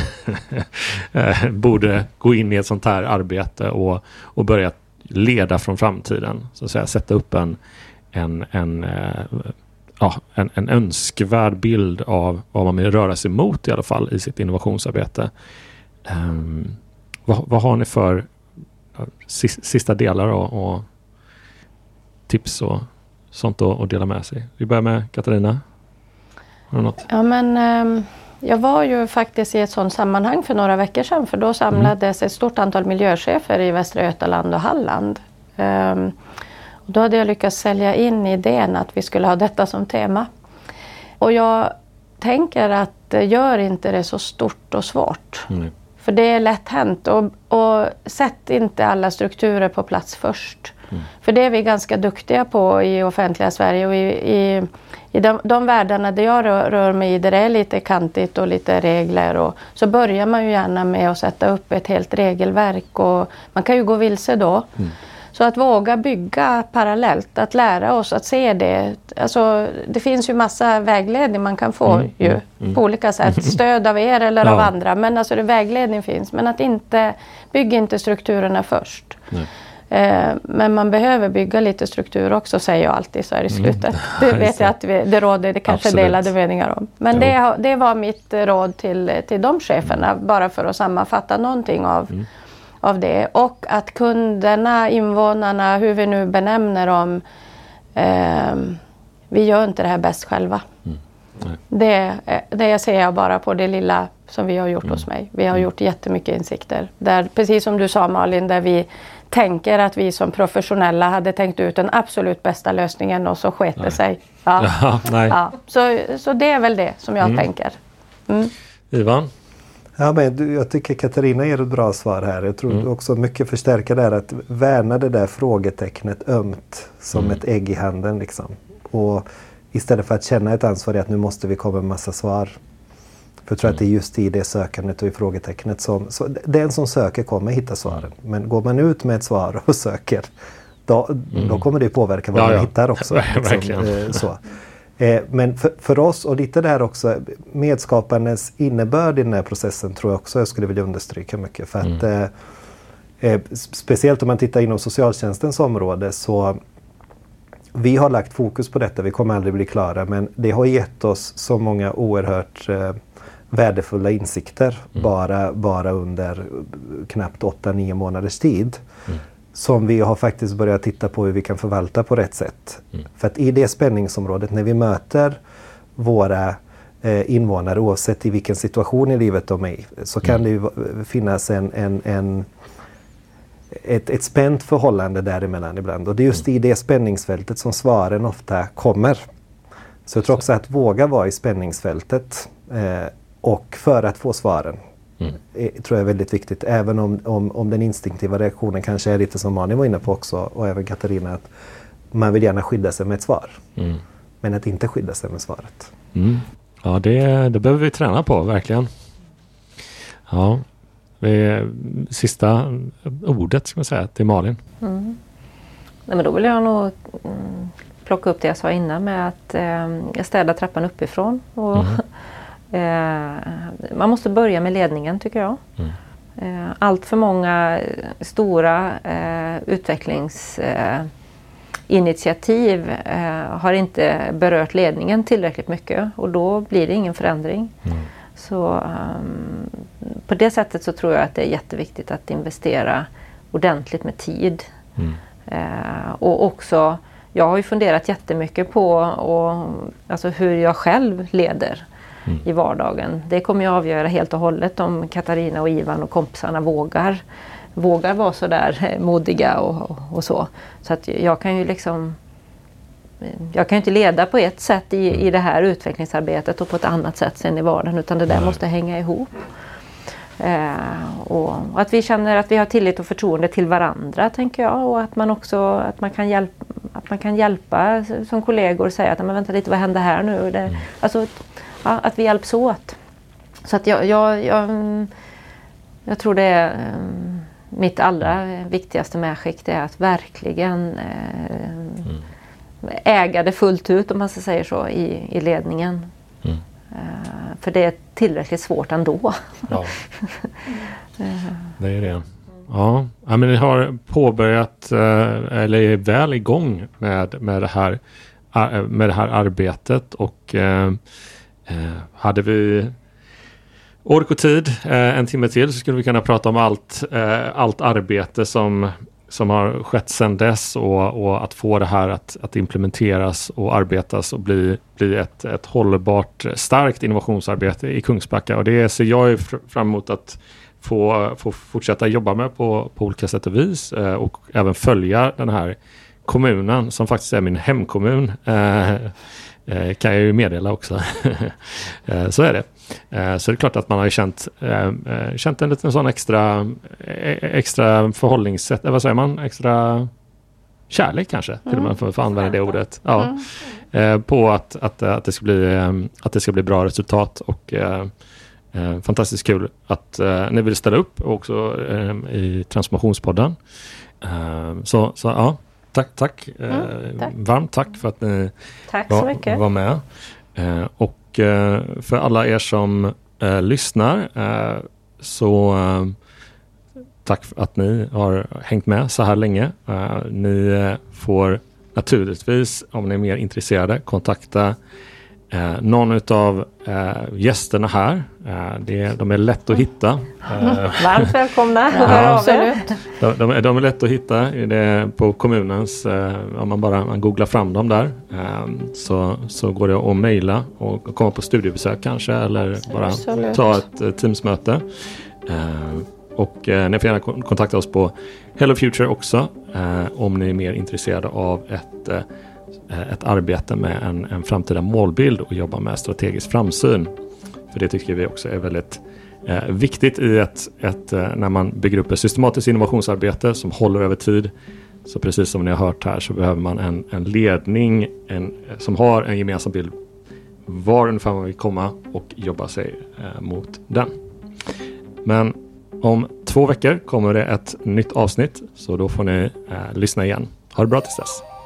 borde gå in i ett sånt här arbete och, och börja leda från framtiden. Så att säga, sätta upp en, en, en, eh, ja, en, en önskvärd bild av vad man vill röra sig mot i alla fall i sitt innovationsarbete. Um, vad, vad har ni för sista delar och, och tips och sånt att, att dela med sig? Vi börjar med Katarina. Har du något? Ja, men um, jag var ju faktiskt i ett sådant sammanhang för några veckor sedan, för då samlades mm. ett stort antal miljöchefer i Västra Götaland och Halland. Um, och då hade jag lyckats sälja in idén att vi skulle ha detta som tema. Och jag tänker att gör inte det så stort och svårt. Mm. För det är lätt hänt, och, och sätt inte alla strukturer på plats först. Mm. För det är vi ganska duktiga på i offentliga Sverige, och i, i, i de, de världarna där jag rör, rör mig i, där det är lite kantigt och lite regler, och så börjar man ju gärna med att sätta upp ett helt regelverk, och man kan ju gå vilse då. Mm. Så att våga bygga parallellt, att lära oss att se det. Alltså, det finns ju massa vägledning man kan få mm, ju, mm, på olika sätt. Stöd av er eller ja. av andra. Men alltså det, vägledning finns. Men att inte bygga inte strukturerna först. Eh, men man behöver bygga lite struktur också, säger jag alltid så här i slutet. Mm. Det vet jag att vi, det råder det kanske Absolut. delade meningar om. Men det, det var mitt råd till, till de cheferna. Mm. Bara för att sammanfatta någonting av... Mm. av det, och att kunderna, invånarna, hur vi nu benämner dem, eh, vi gör inte det här bäst själva. Mm. Det, det ser jag bara på det lilla som vi har gjort mm. hos mig. Vi har mm. gjort jättemycket insikter. Där, precis som du sa, Malin, där vi tänker att vi som professionella hade tänkt ut den absolut bästa lösningen, och så sket det sig. Ja. Ja, nej. Ja. Så, så det är väl det som jag mm. tänker. Mm. Ivan? Ja, men jag tycker Katarina ger ett bra svar här. Jag tror mm. också mycket förstärka där att värna det där frågetecknet ömt som mm. ett ägg i handen liksom. Och istället för att känna ett ansvar i att nu måste vi komma med massa svar. För jag tror mm. att det är just i det sökandet och i frågetecknet som så, den som söker kommer hitta svaren. Men går man ut med ett svar och söker, då, mm. då kommer det påverka vad ja, man ja. hittar också. Liksom, eh, så. Men för, för oss, och lite där också, medskaparens innebörd i den här processen tror jag också jag skulle vilja understryka mycket. För att mm. eh, speciellt om man tittar inom socialtjänstens område, så vi har lagt fokus på detta, vi kommer aldrig bli klara, men det har gett oss så många oerhört eh, värdefulla insikter mm. bara, bara under knappt åtta nio månaders tid. Mm. Som vi har faktiskt börjat titta på hur vi kan förvalta på rätt sätt. Mm. För att i det spänningsområdet, när vi möter våra eh, invånare, oavsett i vilken situation i livet de är i, så kan mm. det ju finnas en, en, en, ett, ett spänt förhållande däremellan ibland. Och det är just mm. i det spänningsfältet som svaren ofta kommer. Så jag tror också att våga vara i spänningsfältet eh, och för att få svaren. Mm. Det tror jag är väldigt viktigt, även om, om, om den instinktiva reaktionen kanske är lite som Malin var inne på också, och även Katarina, att man vill gärna skydda sig med ett svar. Mm. men att inte skydda sig med svaret. Mm. Ja, det, det behöver vi träna på, verkligen. Ja, vi, sista ordet ska man säga till Malin. Mm. Nej, men då vill jag nog mm, plocka upp det jag sa innan med att eh, jag städar trappan uppifrån. Och, mm. eh, man måste börja med ledningen, tycker jag. Mm. Eh, allt för många stora eh, utvecklingsinitiativ eh, eh, har inte berört ledningen tillräckligt mycket och då blir det ingen förändring. Mm. Så um, på det sättet så tror jag att det är jätteviktigt att investera ordentligt med tid. Mm. Uh, och också, jag har ju funderat jättemycket på och, alltså hur jag själv leder mm. i vardagen. Det kommer jag avgöra helt och hållet om Katarina och Ivan och kompisarna vågar, vågar vara så där modiga och, och, och så. Så att jag kan ju liksom Jag kan ju inte leda på ett sätt i, i det här utvecklingsarbetet och på ett annat sätt sen i vardagen, utan det där Nej. måste hänga ihop. Eh, och, och att vi känner att vi har tillit och förtroende till varandra, tänker jag, och att man också att man kan hjälpa, att man kan hjälpa som kollegor och säga att men vänta lite, vad händer här nu? Det, mm. Alltså ja, att vi hjälps åt. Så att jag, jag, jag, jag tror det är um, mitt allra viktigaste medskick, det är att verkligen eh, mm. äga det fullt ut, om man ska säga så, i, i ledningen. Mm. Uh, för det är tillräckligt svårt ändå. Ja. Det är det. Ja, ja, men ni har påbörjat uh, eller är väl igång med, med, det, här, uh, med det här arbetet, och uh, uh, hade vi ork och tid uh, en timme till så skulle vi kunna prata om allt, uh, allt arbete som som har skett sedan dess, och, och att få det här att, att implementeras och arbetas och bli, bli ett, ett hållbart, starkt innovationsarbete i Kungsbacka. Och det ser jag ju fram emot att få, få fortsätta jobba med på, på olika sätt och vis, eh, och även följa den här kommunen som faktiskt är min hemkommun. Eh, eh, kan jag ju meddela också. eh, så är det. Så det är klart att man har känt, äh, känt en liten sån extra, extra förhållningssätt, vad säger man? Extra kärlek kanske, mm. till och med för att använda det ordet. Ja. Mm. På att, att, att, det ska bli, att det ska bli bra resultat, och äh, fantastiskt kul att äh, ni vill ställa upp också äh, i Transformationspodden. Äh, så, så ja, tack, tack. Mm, tack. Varmt tack för att ni tack var, så mycket. var med. Äh, och för alla er som eh, lyssnar eh, så eh, tack för att ni har hängt med så här länge. Eh, ni eh, får naturligtvis, om ni är mer intresserade, kontakta eh, någon av eh, gästerna här. Eh, det, de är lätt att hitta. Eh, Varmt välkomna. Ja, de, de, är, de är lätt att hitta det på kommunens, eh, om man bara man googlar fram dem där, eh, så, så går det att mejla och komma på studiebesök kanske, eller bara Absolut. ta ett eh, teamsmöte. Eh, och eh, ni får gärna kontakta oss på Hello Future också, eh, om ni är mer intresserade av ett eh, ett arbete med en, en framtida målbild och jobba med strategisk framsyn. För det tycker vi också är väldigt eh, viktigt i ett, ett eh, när man bygger upp ett systematiskt innovationsarbete som håller över tid. Så precis som ni har hört här så behöver man en, en ledning en, som har en gemensam bild var ungefär man vill komma och jobba sig eh, mot den. Men om två veckor kommer det ett nytt avsnitt, så då får ni eh, lyssna igen. Ha det bra tills dess.